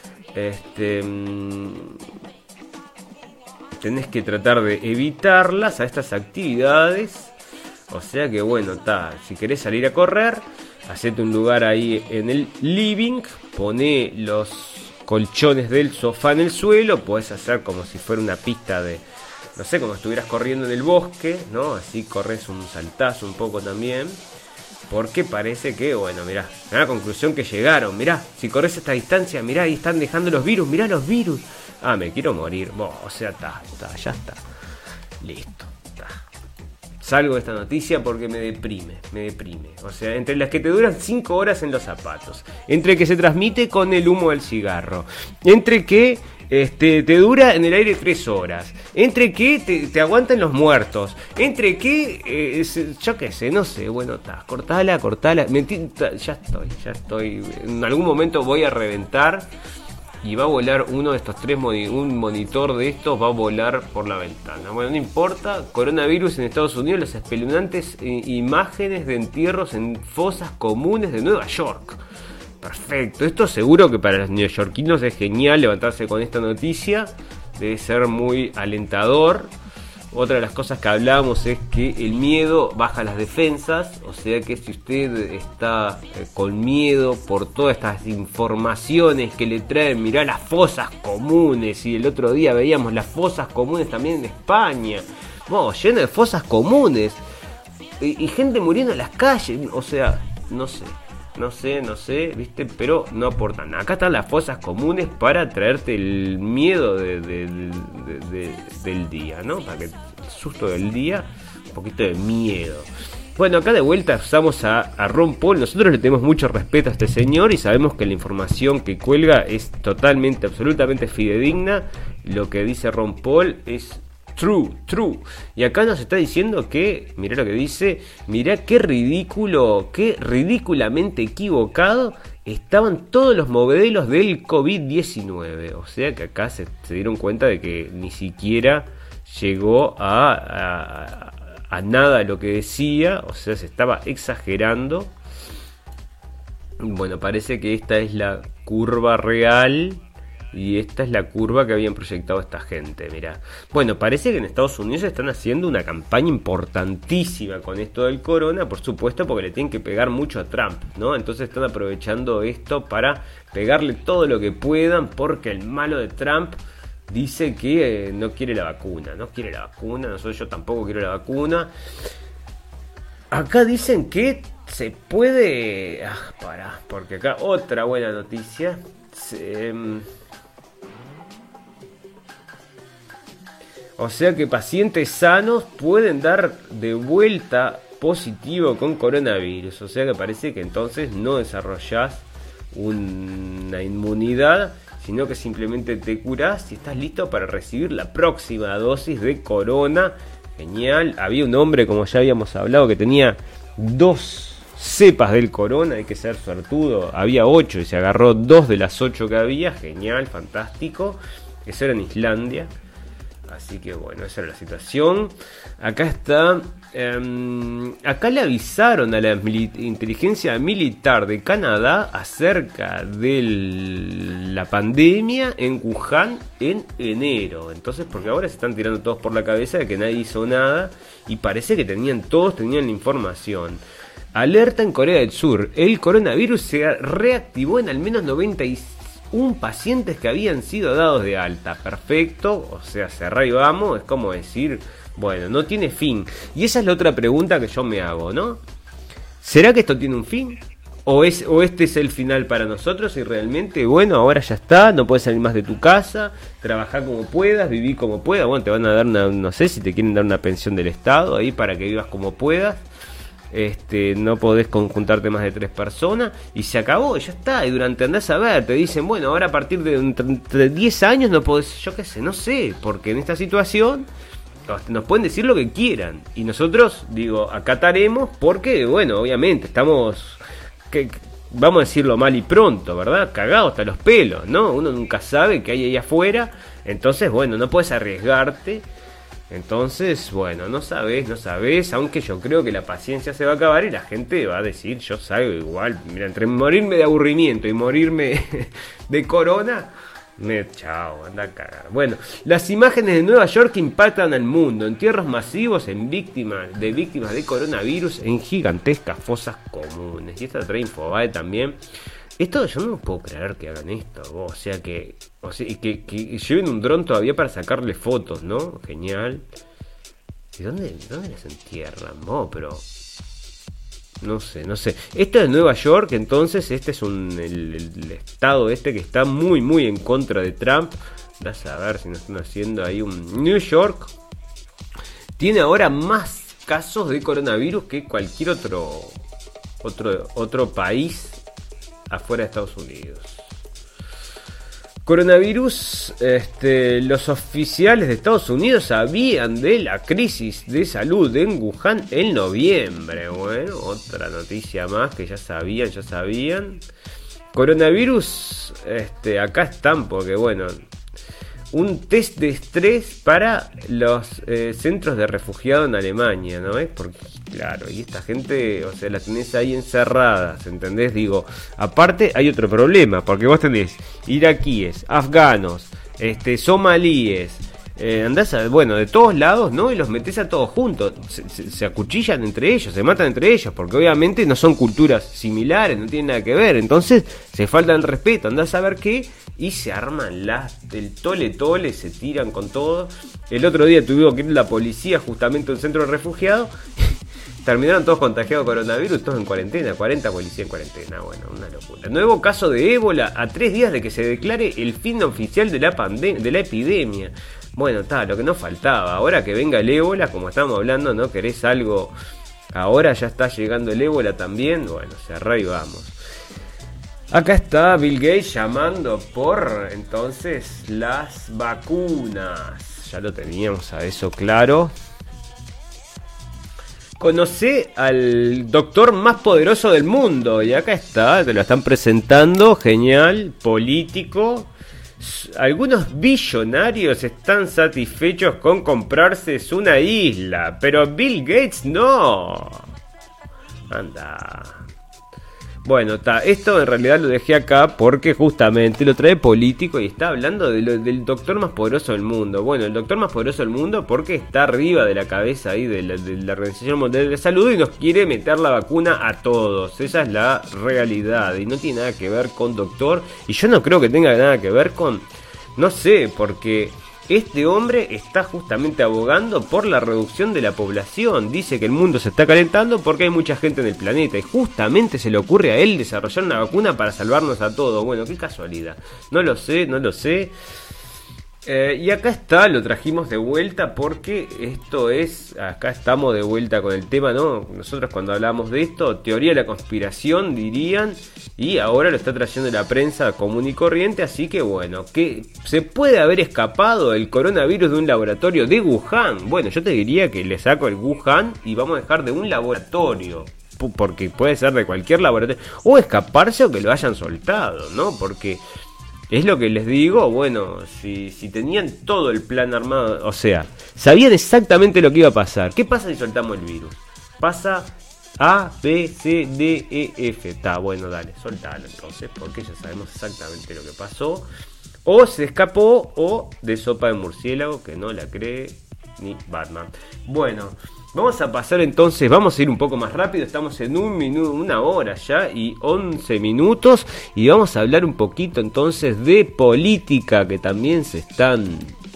Tenés que tratar de evitarlas a estas actividades. O sea que bueno, si querés salir a correr, hacete un lugar ahí en el living, poné los colchones del sofá en el suelo, podés hacer como si fuera una pista de, no sé, como si estuvieras corriendo en el bosque, ¿no? Así corres un saltazo un poco también. Porque parece que, bueno, mirá, a la conclusión que llegaron, mirá, si corres esta distancia, mirá, ahí están dejando los virus, mirá los virus. Ah, me quiero morir. O sea, ya está. Listo, Salgo de esta noticia porque me deprime. O sea, entre las que te duran 5 horas en los zapatos, entre que se transmite con el humo del cigarro, entre que te dura en el aire 3 horas, entre que te aguantan los muertos, entre que, yo qué sé, no sé, bueno, cortala, ya estoy, en algún momento voy a reventar y va a volar uno de estos tres, un monitor de estos va a volar por la ventana. Bueno, no importa, coronavirus en Estados Unidos, las espeluznantes imágenes de entierros en fosas comunes de Nueva York. Perfecto, esto seguro que para los neoyorquinos es genial levantarse con esta noticia, debe ser muy alentador. Otra de las cosas que hablamos es que el miedo baja las defensas, o sea que si usted está con miedo por todas estas informaciones que le traen, mirá las fosas comunes, y el otro día veíamos las fosas comunes también en España, lleno de fosas comunes, y gente muriendo en las calles, o sea, no sé, ¿viste? Pero no aportan. Acá están las fosas comunes para traerte el miedo del día, ¿no? Para que el susto del día, un poquito de miedo. Bueno, acá de vuelta usamos a Ron Paul. Nosotros le tenemos mucho respeto a este señor y sabemos que la información que cuelga es totalmente, absolutamente fidedigna. Lo que dice Ron Paul es true. Y acá nos está diciendo que, mirá lo que dice, mirá qué ridículo, qué ridículamente equivocado estaban todos los modelos del COVID-19. O sea que acá se dieron cuenta de que ni siquiera llegó a nada lo que decía, o sea, se estaba exagerando. Bueno, parece que esta es la curva real y esta es la curva que habían proyectado esta gente, mirá. Bueno, parece que en Estados Unidos están haciendo una campaña importantísima con esto del corona, por supuesto, porque le tienen que pegar mucho a Trump, ¿no? Entonces están aprovechando esto para pegarle todo lo que puedan, porque el malo de Trump dice que no quiere la vacuna. Nosotros, yo tampoco quiero la vacuna. Acá dicen que se puede... porque acá otra buena noticia. O sea que pacientes sanos pueden dar de vuelta positivo con coronavirus. O sea que parece que entonces no desarrollás una inmunidad, sino que simplemente te curás y estás listo para recibir la próxima dosis de corona. Genial. Había un hombre, como ya habíamos hablado, que tenía 2 cepas del corona, hay que ser suertudo. Había 8 y se agarró 2 de las 8 que había. Genial, fantástico. Eso era en Islandia. Así que bueno, esa era la situación. Acá está. Acá le avisaron a la inteligencia militar de Canadá acerca de la pandemia en Wuhan en enero. Entonces, porque ahora se están tirando todos por la cabeza de que nadie hizo nada. Y parece que todos tenían la información. Alerta en Corea del Sur. El coronavirus se reactivó en al menos 91 pacientes que habían sido dados de alta. Perfecto, o sea, cerrá y vamos. Es como decir, bueno, no tiene fin. Y esa es la otra pregunta que yo me hago, ¿no? ¿Será que esto tiene un fin? ¿O este es el final para nosotros? Y realmente, bueno, ahora ya está, no puedes salir más de tu casa, trabajar como puedas, vivir como puedas. Bueno, te van a dar no sé si te quieren dar una pensión del Estado ahí para que vivas como puedas. No podés juntarte más de 3 personas y se acabó, ya está. Y durante andás a ver, te dicen, bueno, ahora a partir de entre 10 años no podés, yo qué sé, no sé, porque en esta situación nos pueden decir lo que quieran y nosotros, acataremos porque, bueno, obviamente estamos, vamos a decirlo mal y pronto, ¿verdad? Cagados hasta los pelos, ¿no? Uno nunca sabe qué hay ahí afuera, entonces, bueno, no puedes arriesgarte. Entonces, bueno, no sabes, aunque yo creo que la paciencia se va a acabar y la gente va a decir, yo salgo igual, mira, entre morirme de aburrimiento y morirme de corona, chao, anda a cagar. Bueno, las imágenes de Nueva York impactan al mundo, entierros masivos en víctimas de coronavirus en gigantescas fosas comunes. Y esta trae Infobae también. Esto yo no puedo creer que hagan esto, o sea que lleven un dron todavía para sacarle fotos, ¿no? Genial. ¿Y dónde las entierran? Pero no sé. Esto es Nueva York, entonces este es el estado que está muy muy en contra de Trump. Vas a ver si nos están haciendo ahí un New York. Tiene ahora más casos de coronavirus que cualquier otro país afuera de Estados Unidos. Coronavirus, los oficiales de Estados Unidos sabían de la crisis de salud en Wuhan en noviembre. Bueno, otra noticia más que ya sabían. Coronavirus, acá están porque, bueno, un test de estrés para los centros de refugiados en Alemania, ¿no ves? Porque, claro, y esta gente, o sea, la tenés ahí encerradas, ¿entendés? Aparte hay otro problema, porque vos tenés iraquíes, afganos, somalíes, bueno, de todos lados, ¿no? Y los metés a todos juntos, se acuchillan entre ellos, se matan entre ellos, porque obviamente no son culturas similares, no tienen nada que ver, entonces se falta el respeto, andás a ver qué, y se arman el tole, se tiran con todo. El otro día tuvimos que ir la policía justamente a un centro de refugiados, terminaron todos contagiados de coronavirus, todos en cuarentena, 40 policías en cuarentena, bueno, una locura. Nuevo caso de ébola a 3 días de que se declare el fin oficial de la epidemia. Bueno, lo que nos faltaba, ahora que venga el ébola, como estamos hablando, ¿no? Querés algo Ahora ya está llegando el ébola también. Bueno, se arraigamos. Acá está Bill Gates llamando por entonces las vacunas. Ya lo teníamos a eso claro. Conoce al doctor más poderoso del mundo. Y acá está, te lo están presentando. Genial, político. Algunos billonarios están satisfechos con comprarse una isla. Pero Bill Gates no. Anda. Bueno, esto en realidad lo dejé acá porque justamente lo trae político y está hablando del doctor más poderoso del mundo. Bueno, el doctor más poderoso del mundo porque está arriba de la cabeza ahí de la Organización Mundial de la Salud y nos quiere meter la vacuna a todos. Esa es la realidad y no tiene nada que ver con doctor. Y yo no creo que tenga nada que ver con... No sé, porque... Este hombre está justamente abogando por la reducción de la población. Dice que el mundo se está calentando porque hay mucha gente en el planeta. Y justamente se le ocurre a él desarrollar una vacuna para salvarnos a todos. Bueno, qué casualidad. No lo sé. Y acá está, lo trajimos de vuelta porque esto es... Acá estamos de vuelta con el tema, ¿no? Nosotros cuando hablamos de esto, teoría de la conspiración dirían... Y ahora lo está trayendo la prensa común y corriente, así que bueno, que se puede haber escapado el coronavirus de un laboratorio de Wuhan. Bueno, yo te diría que le saco el Wuhan y vamos a dejar de un laboratorio, porque puede ser de cualquier laboratorio, o escaparse o que lo hayan soltado, ¿no? Porque es lo que les digo, bueno, si tenían todo el plan armado, o sea, sabían exactamente lo que iba a pasar. ¿Qué pasa si soltamos el virus? Pasa... A, B, C, D, E, F. Está bueno, dale, soltalo entonces, porque ya sabemos exactamente lo que pasó. O se escapó, o de sopa de murciélago, que no la cree ni Batman. Bueno, vamos a pasar entonces, vamos a ir un poco más rápido. Estamos en 1 minuto, 1 hora ya y 11 minutos. Y vamos a hablar un poquito entonces de política, que también se están...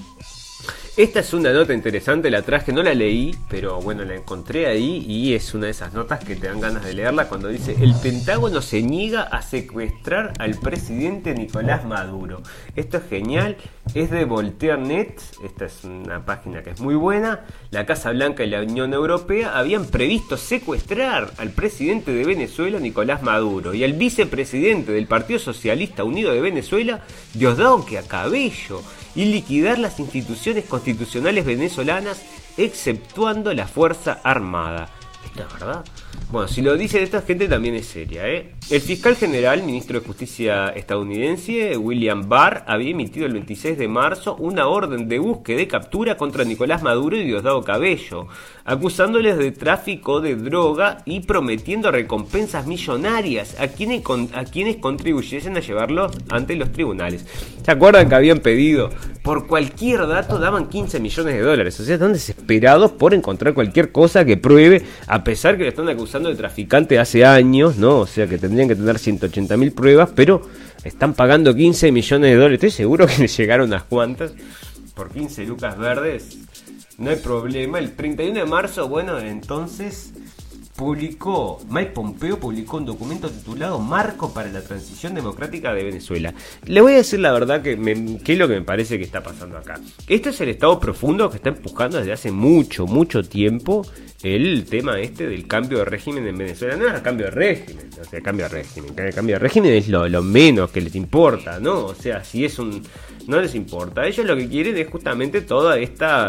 Esta es una nota interesante, la traje, no la leí, pero bueno, la encontré ahí y es una de esas notas que te dan ganas de leerla cuando dice: el Pentágono se niega a secuestrar al presidente Nicolás Maduro. Esto es genial, es de Voltaire.net, esta es una página que es muy buena. La Casa Blanca y la Unión Europea habían previsto secuestrar al presidente de Venezuela, Nicolás Maduro, y al vicepresidente del Partido Socialista Unido de Venezuela, Diosdado Cabello, y liquidar las instituciones constitucionales venezolanas, exceptuando la Fuerza Armada. ¿Esto es verdad? Bueno, si lo dice esta gente también es seria, ¿eh? El fiscal general, ministro de Justicia estadounidense, William Barr, había emitido el 26 de marzo una orden de búsqueda y captura contra Nicolás Maduro y Diosdado Cabello, acusándoles de tráfico de droga y prometiendo recompensas millonarias a quienes contribuyesen a llevarlos ante los tribunales. ¿Se acuerdan que habían pedido? Por cualquier dato daban $15 millones. O sea, están desesperados por encontrar cualquier cosa que pruebe, a pesar que lo están acusando de traficante hace años, ¿no? O sea que tendrían que tener 180.000 pruebas, pero están pagando $15 millones. Estoy seguro que les llegaron unas cuantas. Por 15 lucas verdes, no hay problema. El 31 de marzo, bueno, entonces Mike Pompeo publicó un documento titulado Marco para la Transición Democrática de Venezuela. Le voy a decir la verdad que es lo que me parece que está pasando acá. Este es el estado profundo que está empujando desde hace mucho tiempo el tema del cambio de régimen en Venezuela. No es el cambio de régimen, o sea, el cambio de régimen es lo menos que les importa, ¿no? O sea, si es no les importa. Ellos lo que quieren es justamente toda esta,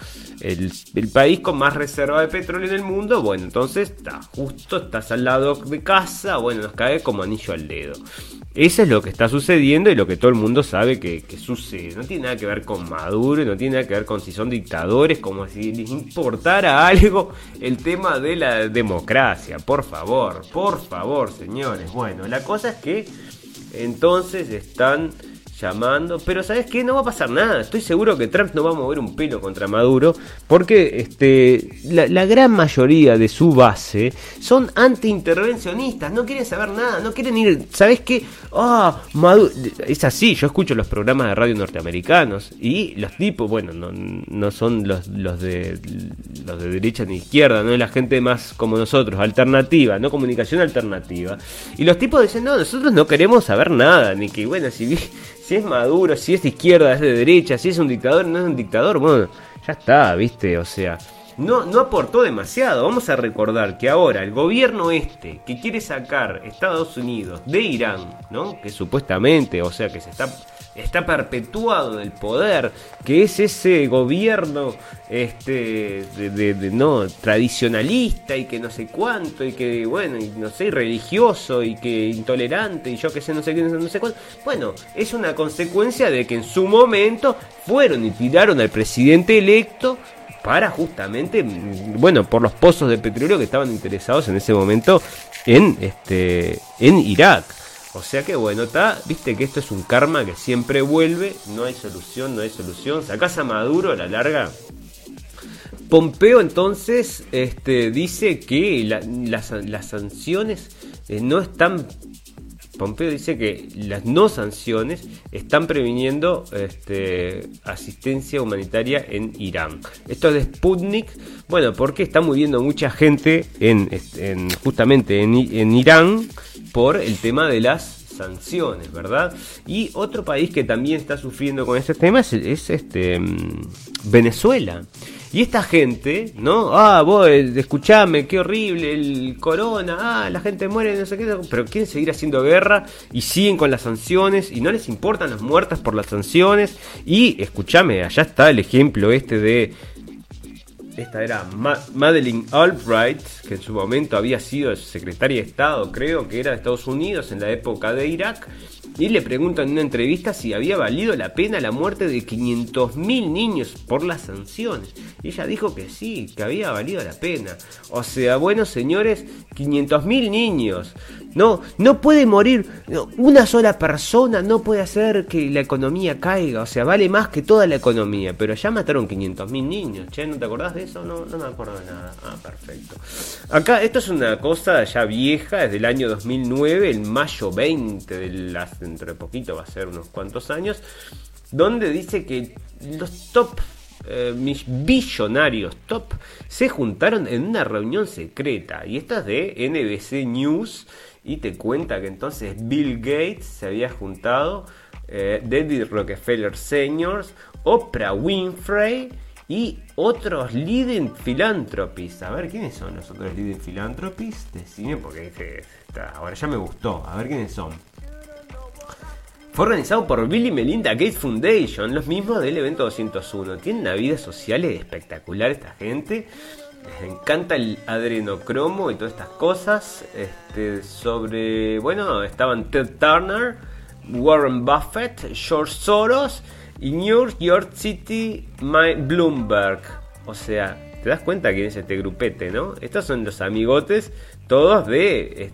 el país con más reserva de petróleo en el mundo. Bueno, entonces estás al lado de casa, bueno, nos cae como anillo al dedo. Eso es lo que está sucediendo y lo que todo el mundo sabe que sucede. No tiene nada que ver con Maduro, no tiene nada que ver con si son dictadores, como si les importara algo el tema de la democracia. Por favor, señores. Bueno, la cosa es que entonces están llamando, pero ¿sabes qué? No va a pasar nada. Estoy seguro que Trump no va a mover un pelo contra Maduro, porque la gran mayoría de su base son anti-intervencionistas, no quieren saber nada, no quieren ir. ¿Sabes qué? Maduro es así. Yo escucho los programas de radio norteamericanos y los tipos, bueno, no son los de derecha ni izquierda, no es la gente más como nosotros, alternativa, no comunicación alternativa. Y los tipos dicen: no, nosotros no queremos saber nada, ni que, bueno, si es Maduro, si es de izquierda, es de derecha, si es un dictador, no es un dictador, bueno, ya está, ¿viste? O sea, no aportó demasiado. Vamos a recordar que ahora el gobierno que quiere sacar Estados Unidos de Irán, ¿no? Que supuestamente, o sea, que está perpetuado en el poder, que es ese gobierno no tradicionalista y que no sé cuánto, y que bueno, y no sé, religioso y que intolerante y yo que sé, no sé qué, no sé cuánto. Bueno, es una consecuencia de que en su momento fueron y tiraron al presidente electo para justamente, bueno, por los pozos de petróleo que estaban interesados en ese momento en Irak. O sea que bueno, viste que esto es un karma que siempre vuelve, no hay solución. Sacás a Maduro a la larga. Pompeo entonces dice que las sanciones no están... Pompeo dice que las no sanciones están previniendo asistencia humanitaria en Irán. Esto es de Sputnik, bueno, porque está muriendo mucha gente justamente en Irán por el tema de las sanciones, ¿verdad? Y otro país que también está sufriendo con este tema es Venezuela. Y esta gente, ¿no? Vos, escuchame, qué horrible el corona, la gente muere, no sé qué, pero quieren seguir haciendo guerra y siguen con las sanciones y no les importan las muertas por las sanciones. Y escuchame, allá está el ejemplo de... Esta era Madeleine Albright, que en su momento había sido secretaria de Estado, creo que era de Estados Unidos en la época de Irak. Y le preguntan en una entrevista si había valido la pena la muerte de 500.000 niños por las sanciones. Y ella dijo que sí, que había valido la pena. O sea, bueno, señores, 500.000 niños. No puede morir una sola persona, no puede hacer que la economía caiga. O sea, vale más que toda la economía. Pero ya mataron 500.000 niños. Che, ¿no te acordás de eso? No me acuerdo de nada. Perfecto. Acá, esto es una cosa ya vieja, desde el año 2009, el mayo 20 dentro de poquito, va a ser unos cuantos años, donde dice que los top mis billonarios top se juntaron en una reunión secreta, y esta es de NBC News, y te cuenta que entonces Bill Gates se había juntado, David Rockefeller Sr., Oprah Winfrey y otros leading philanthropists. A ver, ¿quiénes son los otros leading philanthropists? Decime, porque ahora ya me gustó. A ver quiénes son. Fue organizado por Bill y Melinda Gates Foundation, los mismos del evento 201. Tienen una vida social espectacular esta gente. Les encanta el adrenocromo y todas estas cosas. Bueno, estaban Ted Turner, Warren Buffett, George Soros y New York City Bloomberg. O sea, te das cuenta quién es este grupete, ¿no? Estos son los amigotes, todos de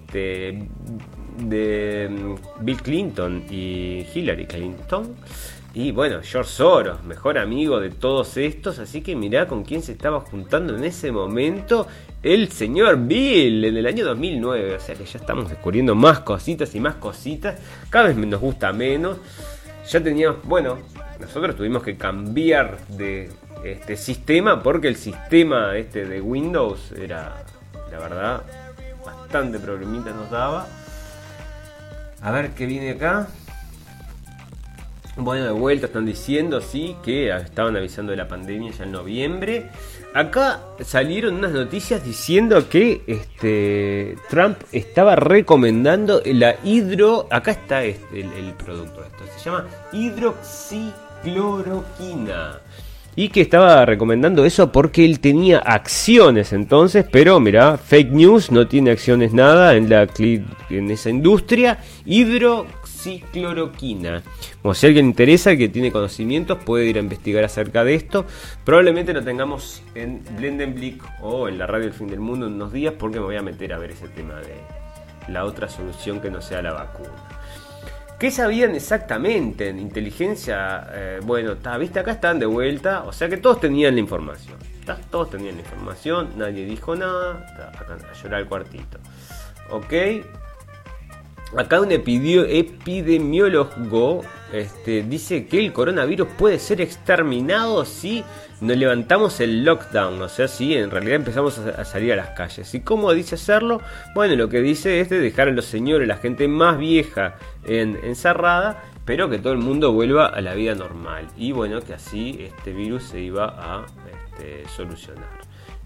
Bill Clinton y Hillary Clinton. Y bueno, George Soros, mejor amigo de todos estos. Así que mirá con quién se estaba juntando en ese momento el señor Bill en el año 2009. O sea que ya estamos descubriendo más cositas y más cositas. Cada vez nos gusta menos. Ya teníamos, bueno, nosotros tuvimos que cambiar de sistema, porque el sistema de Windows era, la verdad, bastante problemitas nos daba. A ver qué viene acá. Bueno, de vuelta están diciendo, sí, que estaban avisando de la pandemia ya en noviembre. Acá salieron unas noticias diciendo que Trump estaba recomendando la acá está el producto esto. Se llama hidroxicloroquina. Y que estaba recomendando eso porque él tenía acciones entonces, pero mirá, fake news, no tiene acciones nada en esa industria. Hidroxicloroquina. Como si a alguien le interesa, que tiene conocimientos, puede ir a investigar acerca de esto. Probablemente lo tengamos en Blendenblick o en la radio del fin del mundo en unos días, porque me voy a meter a ver ese tema de la otra solución que no sea la vacuna. ¿Qué sabían exactamente en inteligencia? Bueno, viste, acá están de vuelta. O sea que todos tenían la información. Todos tenían la información. Nadie dijo nada. Acá a llorar el cuartito. Ok. Acá un epidemiólogo dice que el coronavirus puede ser exterminado si nos levantamos el lockdown, o sea, si en realidad empezamos a salir a las calles. ¿Y cómo dice hacerlo? Bueno, lo que dice es de dejar a los señores, la gente más vieja encerrada, pero que todo el mundo vuelva a la vida normal. Y bueno, que así este virus se iba a solucionar.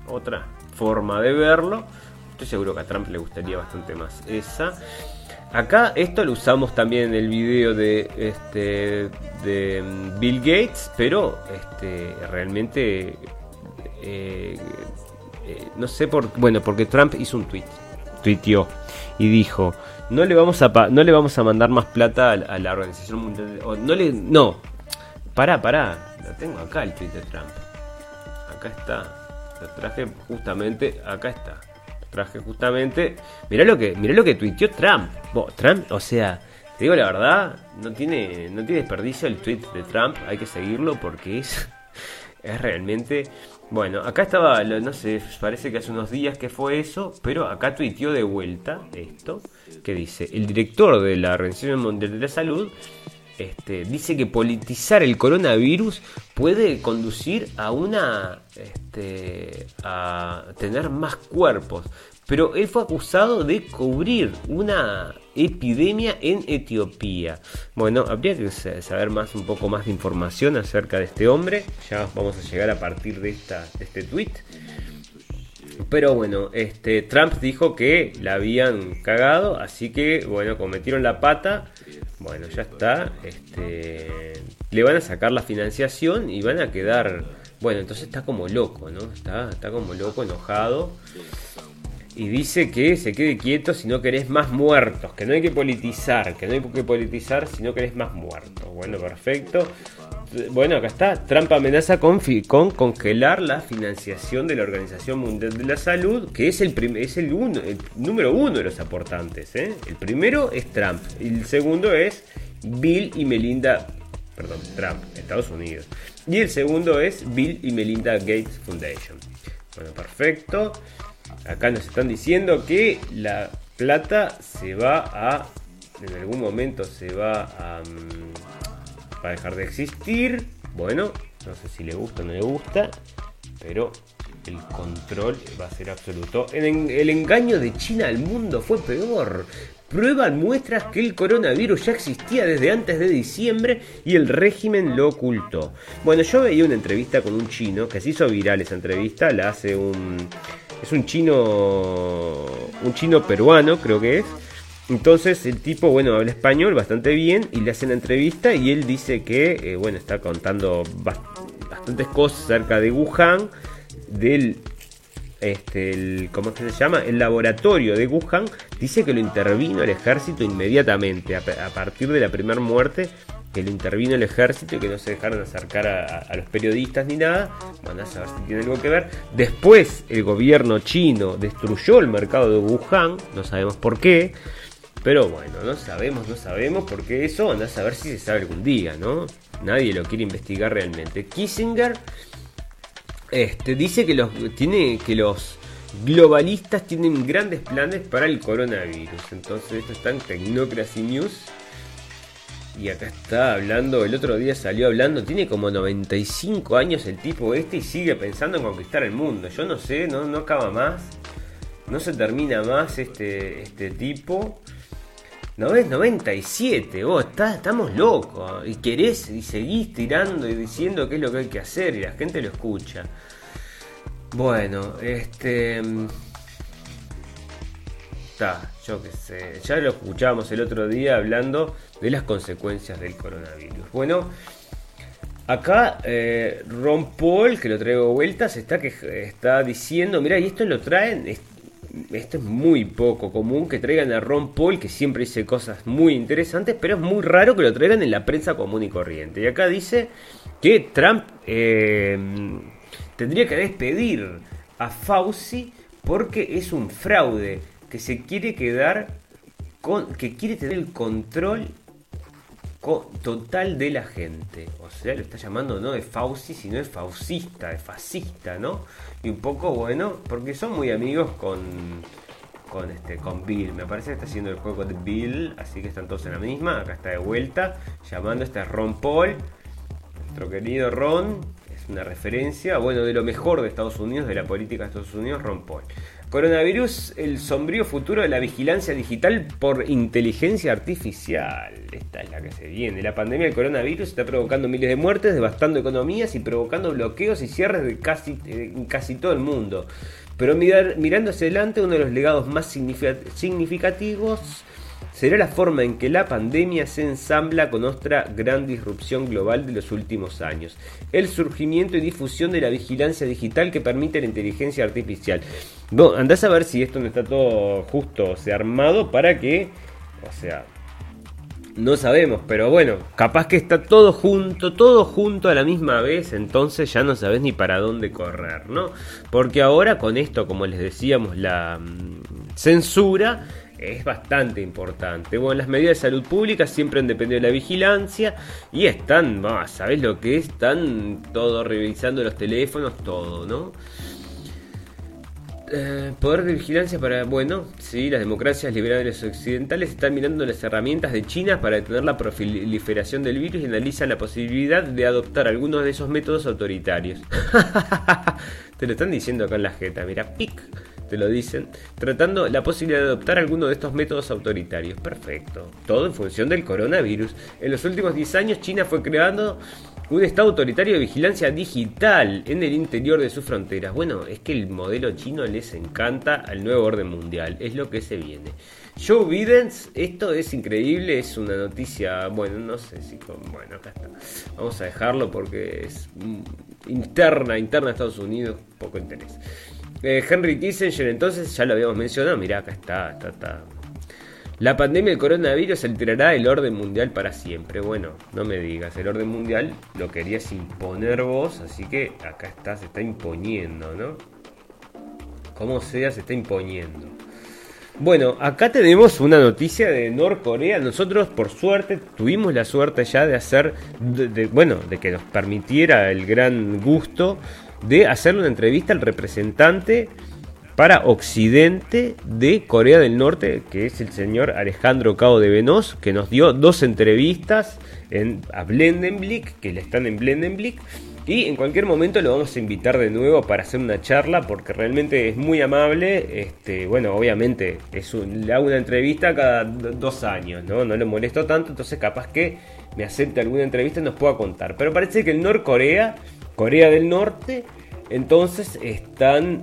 otra forma de verlo. Estoy seguro que a Trump le gustaría bastante más esa. Acá esto lo usamos también en el video de Bill Gates, pero realmente no sé porque Trump hizo un tuiteó y dijo: no le vamos a mandar más plata a la Organización Mundial. Pará, lo tengo acá el tweet de Trump. Acá está. Lo traje justamente, acá está. Mirá lo que tuiteó Trump. Trump, o sea, te digo la verdad, no tiene desperdicio el tweet de Trump. Hay que seguirlo porque es realmente... Bueno, acá estaba, no sé, parece que hace unos días que fue eso, pero acá tuiteó de vuelta esto, que dice: el director de la Organización Mundial de la Salud dice que politizar el coronavirus puede conducir a a tener más cuerpos. Pero él fue acusado de cubrir una epidemia en Etiopía. Bueno, habría que saber un poco más de información acerca de este hombre. Ya vamos a llegar a partir de este tweet. Pero bueno, Trump dijo que la habían cagado, así que bueno, cometieron la pata. Bueno, ya está. Le van a sacar la financiación y van a quedar... Bueno, entonces está como loco, ¿no? Está como loco, enojado. Y dice que se quede quieto si no querés más muertos, que no hay que politizar, si no querés más muertos. Bueno, perfecto. Bueno, acá está. Trump amenaza con congelar la financiación de la Organización Mundial de la Salud, que es el número uno de los aportantes, ¿eh? El primero es Trump, y el segundo es Bill y Melinda, Trump, Estados Unidos. Y el segundo es Bill y Melinda Gates Foundation. Bueno, perfecto. Acá nos están diciendo que la plata en algún momento se va a dejar de existir. Bueno, no sé si le gusta o no le gusta, pero el control va a ser absoluto. El engaño de China al mundo fue peor. Prueban muestras que el coronavirus ya existía desde antes de diciembre y el régimen lo ocultó. Bueno, yo veía una entrevista con un chino que se hizo viral. Esa entrevista la hace es un chino peruano, creo que es. Entonces el tipo, bueno, habla español bastante bien y le hacen la entrevista y él dice que, está contando bastantes cosas acerca de Wuhan, del ¿cómo es que se llama? El laboratorio de Wuhan. Dice que lo intervino el ejército inmediatamente, a partir de la primera muerte, que lo intervino el ejército y que no se dejaron acercar a los periodistas ni nada. Van a saber si tiene algo que ver. Después el gobierno chino destruyó el mercado de Wuhan, no sabemos por qué. Pero bueno, no sabemos porque eso anda a saber si se sabe algún día, ¿no? Nadie lo quiere investigar realmente. Kissinger dice que los globalistas tienen grandes planes para el coronavirus. Entonces esto está en Technocracy News. Y acá está hablando, el otro día salió hablando, tiene como 95 años el tipo y sigue pensando en conquistar el mundo. Yo no sé, no acaba más. No se termina más este tipo. ¿No ves? 97, estamos locos. Y querés y seguís tirando y diciendo qué es lo que hay que hacer y la gente lo escucha. Bueno, yo qué sé. Ya lo escuchábamos el otro día hablando de las consecuencias del coronavirus. Bueno, acá Ron Paul, que lo traigo de vueltas, está diciendo, mira, y esto lo traen... Esto es muy poco común que traigan a Ron Paul, que siempre dice cosas muy interesantes, pero es muy raro que lo traigan en la prensa común y corriente. Y acá dice que Trump tendría que despedir a Fauci porque es un fraude, que se quiere quedar que quiere tener el control total de la gente. O sea, lo está llamando no de Fauci, sino de faucista, de fascista, ¿no? Y un poco, bueno, porque son muy amigos con Bill. Me parece que está haciendo el juego de Bill, así que están todos en la misma. Acá está de vuelta, llamando a Ron Paul, nuestro querido Ron. Es una referencia, bueno, de lo mejor de Estados Unidos, de la política de Estados Unidos, Ron Paul. Coronavirus, el sombrío futuro de la vigilancia digital por inteligencia artificial. Esta es la que se viene. La pandemia del coronavirus está provocando miles de muertes, devastando economías y provocando bloqueos y cierres de casi todo el mundo. Pero mirando hacia adelante, uno de los legados más significativos será la forma en que la pandemia se ensambla con otra gran disrupción global de los últimos años: el surgimiento y difusión de la vigilancia digital que permite la inteligencia artificial. No, andás a ver si esto no está todo justo, armado para que, no sabemos, pero bueno, capaz que está todo junto a la misma vez, entonces ya no sabés ni para dónde correr, ¿no? Porque ahora con esto, como les decíamos, la censura es bastante importante. Bueno, las medidas de salud pública siempre han dependido de la vigilancia y están, ¿sabés lo que es? Están todo revisando los teléfonos, todo, ¿no? Poder de vigilancia para, sí, las democracias liberales occidentales están mirando las herramientas de China para detener la proliferación del virus y analizan la posibilidad de adoptar algunos de esos métodos autoritarios. Te lo están diciendo acá en la jeta, mira, pic. Te lo dicen, tratando la posibilidad de adoptar alguno de estos métodos autoritarios. Perfecto, todo en función del coronavirus. En los últimos 10 años China fue creando un estado autoritario de vigilancia digital en el interior de sus fronteras. Bueno, es que el modelo chino les encanta al nuevo orden mundial, es lo que se viene. Joe Biden, esto es increíble, es una noticia, no sé si acá está. Vamos a dejarlo porque es interna a Estados Unidos, poco interés. Henry Kissinger, entonces, ya lo habíamos mencionado, mirá, acá está. La pandemia del coronavirus alterará el orden mundial para siempre. Bueno, no me digas, el orden mundial lo querías imponer vos, así que acá se está imponiendo, ¿no? Como sea, se está imponiendo. Bueno, acá tenemos una noticia de Norcorea. Nosotros, por suerte, tuvimos la suerte ya de hacer, de que nos permitiera el gran gusto de hacerle una entrevista al representante para Occidente de Corea del Norte, que es el señor Alejandro Cao de Venoz, que nos dio 2 entrevistas a Blendenblick, que le están en Blendenblick, y en cualquier momento lo vamos a invitar de nuevo para hacer una charla, porque realmente es muy amable. Obviamente le hago una entrevista cada 2 años, ¿no? No le molesto tanto, entonces capaz que me acepte alguna entrevista y nos pueda contar. Pero parece que el Corea del Norte, entonces están,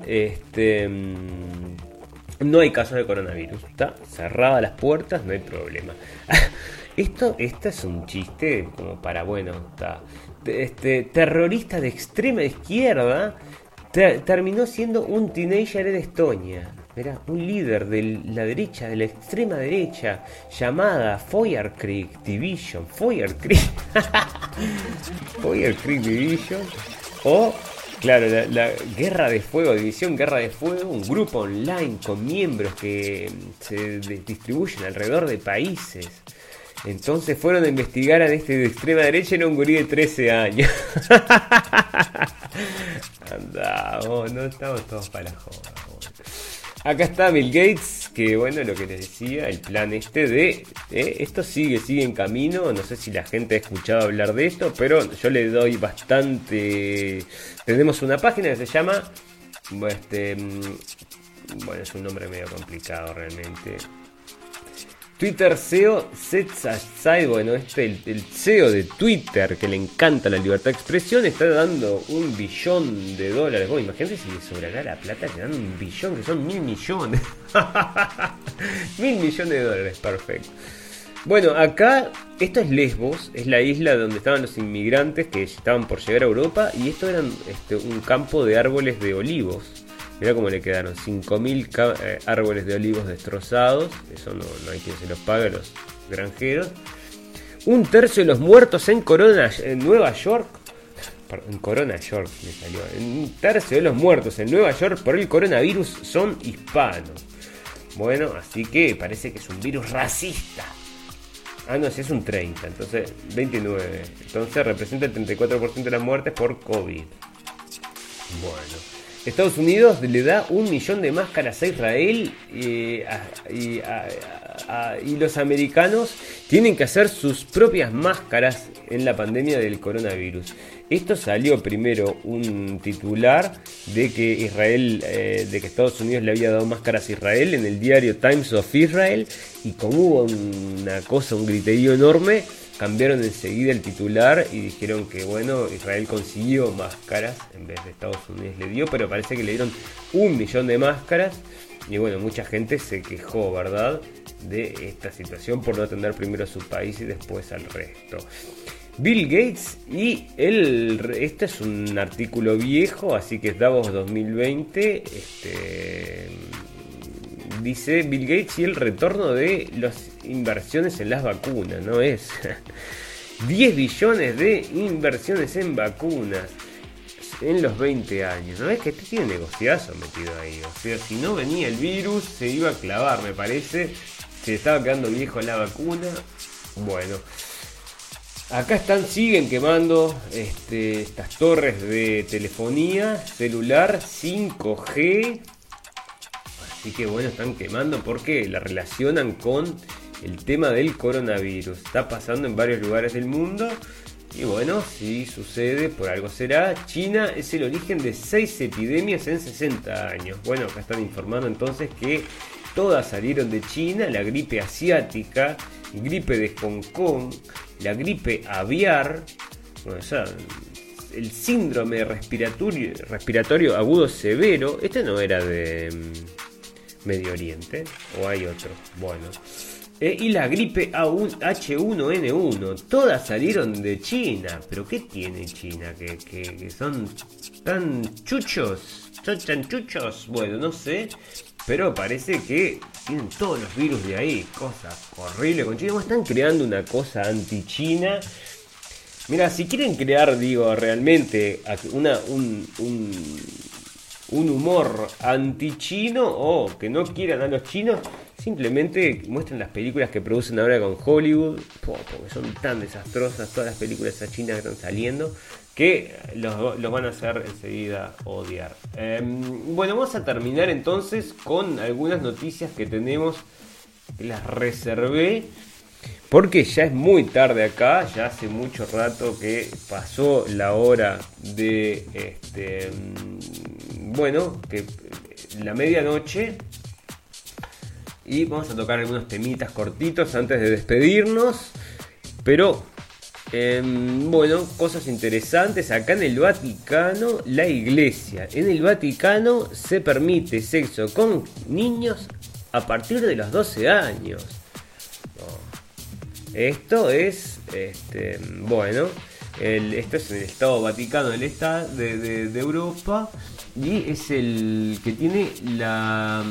no hay casos de coronavirus, está cerradas las puertas, no hay problema. Esto es un chiste como para, terrorista de extrema izquierda terminó siendo un teenager en Estonia. Mirá, un líder de la derecha, de la extrema derecha, llamada Feuerkrieg Division. Feuerkrieg Division. O, claro, la Guerra de Fuego, División Guerra de Fuego, un grupo online con miembros que se distribuyen alrededor de países. Entonces fueron a investigar a este de extrema derecha, era un gurí de 13 años. Andamos, no estamos todos para la joda. Acá está Bill Gates, que lo que les decía, el plan de esto sigue en camino. No sé si la gente ha escuchado hablar de esto, pero yo le doy bastante. Tenemos una página que se llama, es un nombre medio complicado realmente. Twitter SEO sets aside, el CEO de Twitter, que le encanta la libertad de expresión, está dando $1 billón. Imagínate si le sobrará la plata, le dan $1 billón, que son 1.000 millones. 1.000 millones de dólares, perfecto. Bueno, acá, esto es Lesbos, es la isla donde estaban los inmigrantes que estaban por llegar a Europa, y esto era un campo de árboles de olivos. Mirá cómo le quedaron 5.000 árboles de olivos destrozados. Eso no hay quien se los pague a los granjeros. 1/3 de los muertos en Nueva York. En Corona York me salió. 1/3 de los muertos en Nueva York por el coronavirus son hispanos. Bueno, así que parece que es un virus racista. No, si es un 30, entonces 29. Entonces representa el 34% de las muertes por COVID. Bueno. Estados Unidos le da 1 millón de máscaras a Israel y los americanos tienen que hacer sus propias máscaras en la pandemia del coronavirus. Esto salió primero un titular de que de que Estados Unidos le había dado máscaras a Israel en el diario Times of Israel, y como hubo un griterío enorme, cambiaron enseguida el titular y dijeron que bueno, Israel consiguió máscaras en vez de Estados Unidos le dio, pero parece que le dieron 1 millón de máscaras. Y bueno, mucha gente se quejó, ¿verdad?, de esta situación por no atender primero a su país y después al resto. Bill Gates y este es un artículo viejo, así que es Davos 2020. Dice Bill Gates y el retorno de las inversiones en las vacunas, ¿no es? 10 billones de inversiones en vacunas en los 20 años. ¿No ves que este tiene negociazo metido ahí? O sea, si no venía el virus, se iba a clavar, me parece. Se estaba quedando viejo la vacuna. Bueno, acá siguen quemando estas torres de telefonía celular 5G. Así que bueno, están quemando porque la relacionan con el tema del coronavirus. Está pasando en varios lugares del mundo. Y bueno, si sucede, por algo será. China es el origen de 6 epidemias en 60 años. Bueno, acá están informando entonces que todas salieron de China. La gripe asiática, gripe de Hong Kong, la gripe aviar, bueno, ya, el síndrome respiratorio agudo severo. Este no era de Medio Oriente, o hay otro. Bueno. Y la gripe H1N1, todas salieron de China. ¿Pero qué tiene China? ¿Que son tan chuchos? ¿Son tan chuchos? Bueno, no sé. Pero parece que tienen todos los virus de ahí. Cosa horrible con China. Están creando una cosa anti-China. Mira, si quieren crear, realmente un humor anti-chino o que no quieran a los chinos, simplemente muestren las películas que producen ahora con Hollywood, porque son tan desastrosas todas las películas chinas que están saliendo, que los van a hacer enseguida odiar. Bueno, vamos a terminar entonces con algunas noticias que tenemos, que las reservé, porque ya es muy tarde acá, ya hace mucho rato que pasó la hora de que la medianoche. Y vamos a tocar algunos temitas cortitos antes de despedirnos. Pero cosas interesantes. Acá en el Vaticano, la iglesia. En el Vaticano se permite sexo con niños a partir de los 12 años. Esto es, esto es el Estado Vaticano de Europa, y es el que tiene la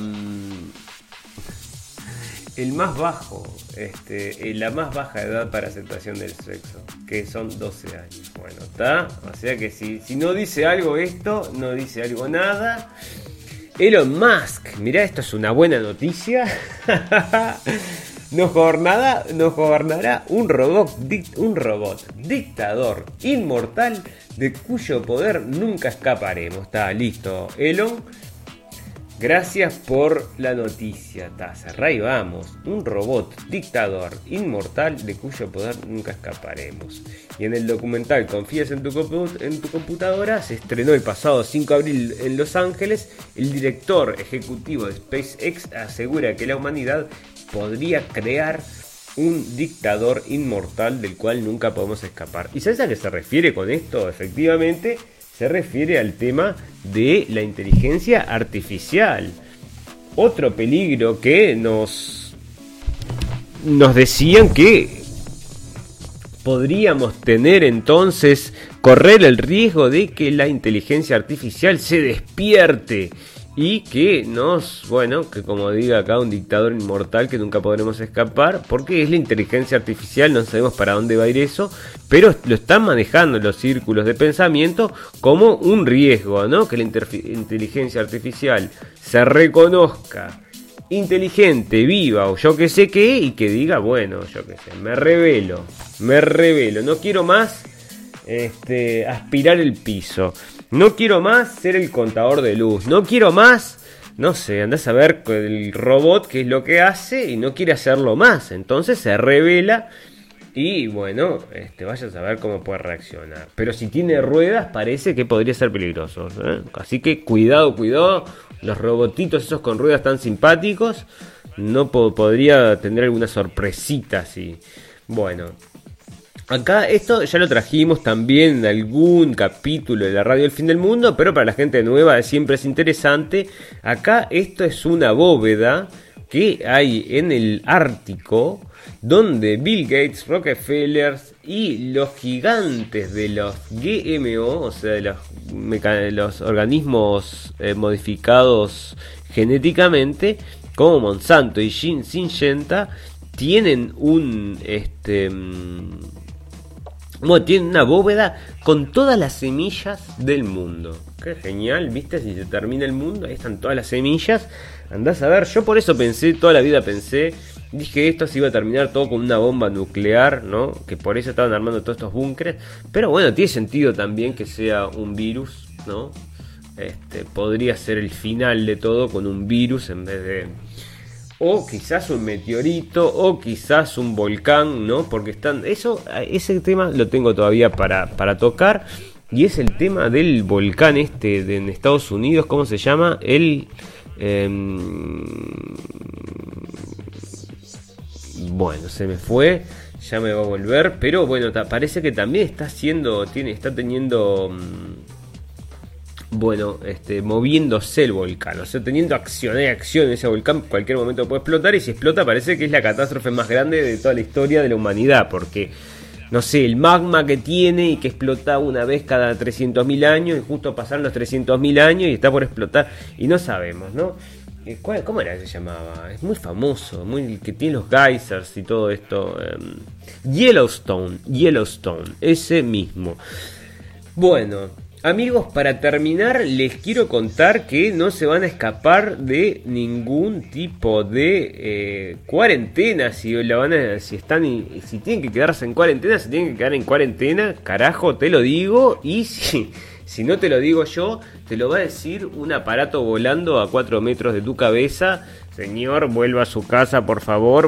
más baja edad para aceptación del sexo, que son 12 años. Bueno, está, o sea que si no dice algo esto, no dice algo nada. Elon Musk, mirá, esto es una buena noticia. Nos gobernará un robot dictador inmortal de cuyo poder nunca escaparemos. Está listo, Elon. Gracias por la noticia. Cerrá y vamos. Un robot dictador inmortal de cuyo poder nunca escaparemos. Y en el documental Confías en tu computadora, se estrenó el pasado 5 de abril en Los Ángeles. El director ejecutivo de SpaceX asegura que la humanidad podría crear un dictador inmortal del cual nunca podemos escapar. ¿Y sabes a qué se refiere con esto? Efectivamente, se refiere al tema de la inteligencia artificial. Otro peligro que nos decían que podríamos tener entonces, correr el riesgo de que la inteligencia artificial se despierte y que que como diga acá, un dictador inmortal que nunca podremos escapar, porque es la inteligencia artificial, no sabemos para dónde va a ir eso, pero lo están manejando los círculos de pensamiento como un riesgo, ¿no? Que la inteligencia artificial se reconozca inteligente, viva o yo que sé qué, y que diga, me revelo, no quiero más aspirar el piso. No quiero más ser el contador de luz. No quiero más no sé, andás a ver el robot qué es lo que hace y no quiere hacerlo más. Entonces se revela y bueno, vaya a saber cómo puede reaccionar. Pero si tiene ruedas parece que podría ser peligroso, ¿eh? Así que cuidado, los robotitos esos con ruedas tan simpáticos, no podría tener alguna sorpresita así. Bueno, acá esto ya lo trajimos también en algún capítulo de la radio del fin del mundo, pero para la gente nueva siempre es interesante. Acá esto es una bóveda que hay en el Ártico, donde Bill Gates, Rockefeller y los gigantes de los GMO, o sea, de los organismos modificados genéticamente, como Monsanto y Syngenta, tienen tienen una bóveda con todas las semillas del mundo. Qué genial, ¿viste? Si se termina el mundo, ahí están todas las semillas. Andás a ver, yo por eso toda la vida pensé, dije esto se iba a terminar todo con una bomba nuclear, ¿no? Que por eso estaban armando todos estos búnkeres. Pero bueno, tiene sentido también que sea un virus, ¿no? Podría ser el final de todo con un virus en vez de... O quizás un meteorito, o quizás un volcán, ¿no? Porque ese tema lo tengo todavía para tocar. Y es el tema del volcán en Estados Unidos, ¿cómo se llama? Bueno, se me fue, ya me va a volver. Pero bueno, parece que también está teniendo... moviéndose el volcán, o sea, teniendo acción ese volcán, en cualquier momento puede explotar, y si explota parece que es la catástrofe más grande de toda la historia de la humanidad, porque, no sé, el magma que tiene y que explota una vez cada 300.000 años, y justo pasaron los 300.000 años y está por explotar, y no sabemos, ¿no? ¿Cómo era que se llamaba? Es muy famoso, que tiene los geysers y todo esto. Yellowstone, ese mismo. Bueno, amigos, para terminar les quiero contar que no se van a escapar de ningún tipo de cuarentena. Si tienen que quedarse en cuarentena, se tienen que quedar en cuarentena, carajo, te lo digo. Y si no te lo digo yo, te lo va a decir un aparato volando a 4 metros de tu cabeza. Señor, vuelva a su casa, por favor,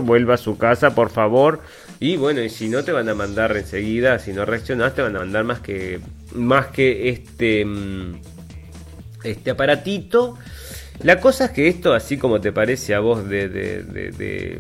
Y bueno, y si no, te van a mandar enseguida, si no reaccionás, te van a mandar más que este aparatito. La cosa es que esto, así como te parece a vos de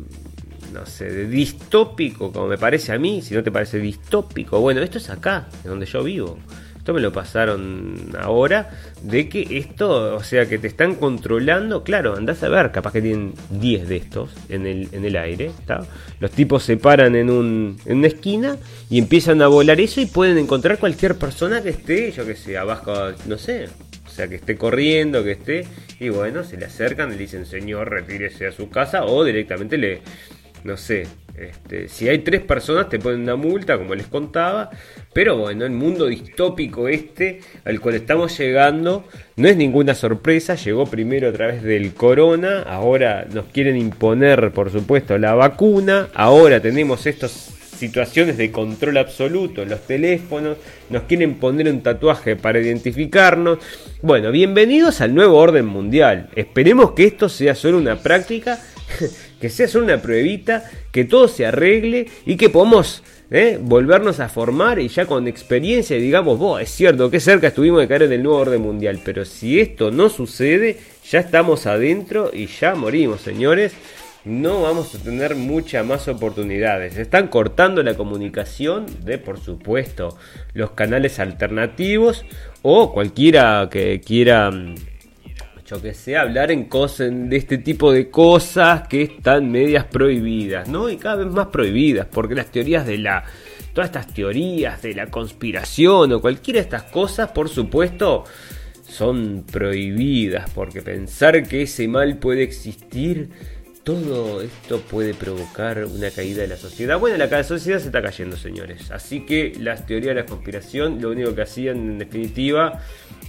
distópico, como me parece a mí, si no te parece distópico, bueno, esto es acá, en donde yo vivo. Esto me lo pasaron ahora, de que esto, o sea, que te están controlando. Claro, andás a ver, capaz que tienen 10 de estos en el aire, ¿está? Los tipos se paran en una esquina y empiezan a volar eso, y pueden encontrar cualquier persona que esté, yo que sé, abajo, no sé, o sea, que esté corriendo, y bueno, se le acercan y le dicen, señor, retírese a su casa, o directamente no sé, si hay 3 personas te ponen una multa, como les contaba. Pero bueno, el mundo distópico al cual estamos llegando no es ninguna sorpresa. Llegó primero a través del corona, ahora nos quieren imponer, por supuesto, la vacuna. Ahora tenemos estas situaciones de control absoluto en los teléfonos, nos quieren poner un tatuaje para identificarnos. Bueno, bienvenidos al nuevo orden mundial. Esperemos que esto sea solo una práctica, que sea solo una pruebita, que todo se arregle y que podamos volvernos a formar, y ya con experiencia digamos, es cierto que cerca estuvimos de caer en el nuevo orden mundial, pero si esto no sucede, ya estamos adentro y ya morimos, señores. No vamos a tener muchas más oportunidades. Están cortando la comunicación de, por supuesto, los canales alternativos, o cualquiera que quiera, yo que sé, hablar de este tipo de cosas que están medias prohibidas, ¿no? Y cada vez más prohibidas, porque las teorías todas estas teorías de la conspiración o cualquiera de estas cosas, por supuesto, son prohibidas, porque pensar que ese mal puede existir, todo esto puede provocar una caída de la sociedad. Bueno, la sociedad se está cayendo, señores. Así que las teorías de la conspiración, lo único que hacían en definitiva,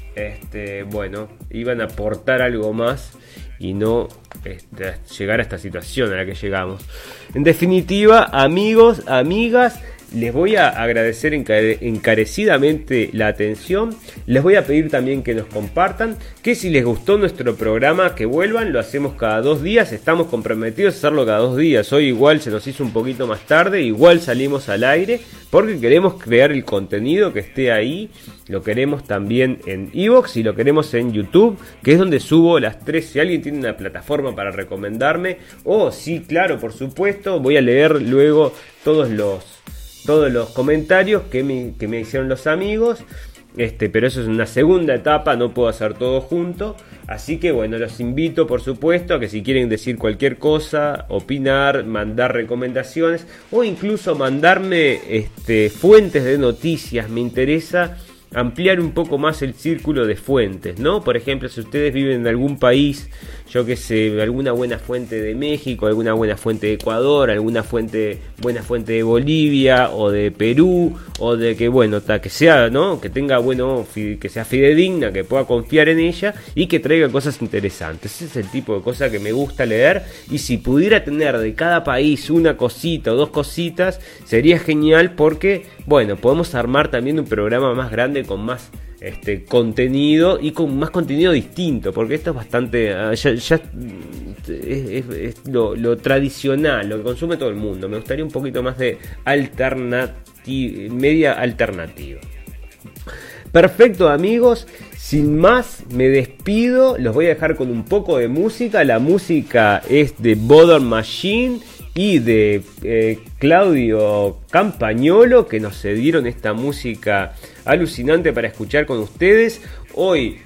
iban a aportar algo más y no llegar a esta situación a la que llegamos. En definitiva, amigos, amigas, les voy a agradecer encarecidamente la atención. Les voy a pedir también que nos compartan, que si les gustó nuestro programa, que vuelvan. Lo hacemos cada 2 días, estamos comprometidos a hacerlo cada 2 días. Hoy igual se nos hizo un poquito más tarde, igual salimos al aire, porque queremos crear el contenido que esté ahí. Lo queremos también en iVoox y lo queremos en YouTube, que es donde subo las 3. Si alguien tiene una plataforma para recomendarme, sí, claro, por supuesto, voy a leer luego todos los comentarios que me hicieron los amigos. Pero eso es una segunda etapa, no puedo hacer todo junto. Así que bueno, los invito por supuesto a que si quieren decir cualquier cosa, opinar, mandar recomendaciones o incluso mandarme fuentes de noticias. Me interesa ampliar un poco más el círculo de fuentes, ¿no? Por ejemplo, si ustedes viven en algún país, yo que sé, alguna buena fuente de México, alguna buena fuente de Ecuador, alguna buena fuente de Bolivia o de Perú, o de que sea, ¿no? Que tenga, que sea fidedigna, que pueda confiar en ella y que traiga cosas interesantes. Ese es el tipo de cosa que me gusta leer, y si pudiera tener de cada país una cosita o 2 cositas, sería genial, porque, podemos armar también un programa más grande con más contenido y con más contenido distinto, porque esto es bastante es lo tradicional, lo que consume todo el mundo. Me gustaría un poquito más de media alternativa. Perfecto, amigos, sin más me despido, los voy a dejar con un poco de música. La música es de Modern Machine y de Claudio Campagnolo, que nos cedieron esta música alucinante para escuchar con ustedes. Hoy,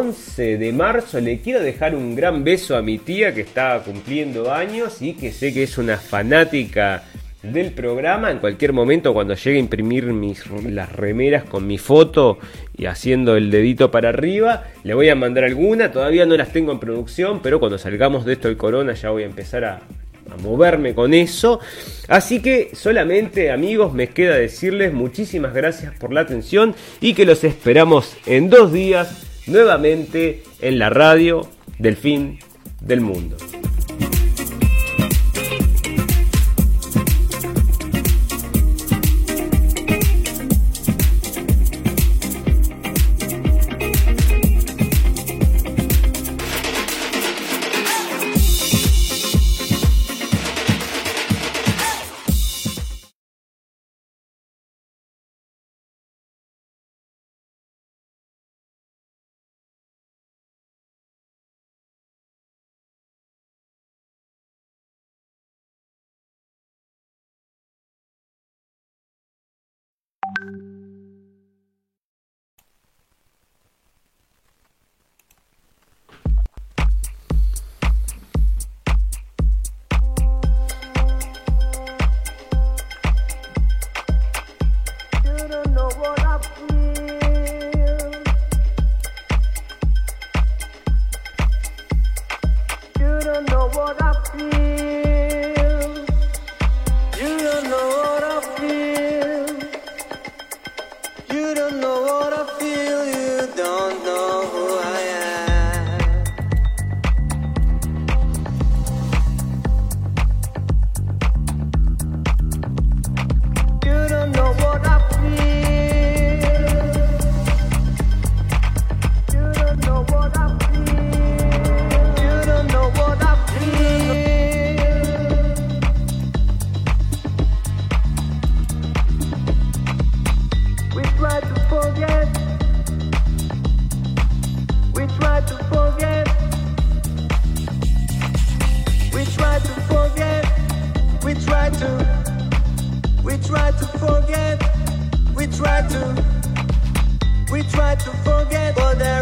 11 de marzo, le quiero dejar un gran beso a mi tía, que está cumpliendo años y que sé que es una fanática del programa. En cualquier momento, cuando llegue a imprimir las remeras con mi foto y haciendo el dedito para arriba, le voy a mandar alguna. Todavía no las tengo en producción, pero cuando salgamos de esto del corona ya voy a empezar a moverme con eso. Así que solamente, amigos, me queda decirles muchísimas gracias por la atención y que los esperamos en 2 días nuevamente en la radio del fin del mundo. We try to forget, but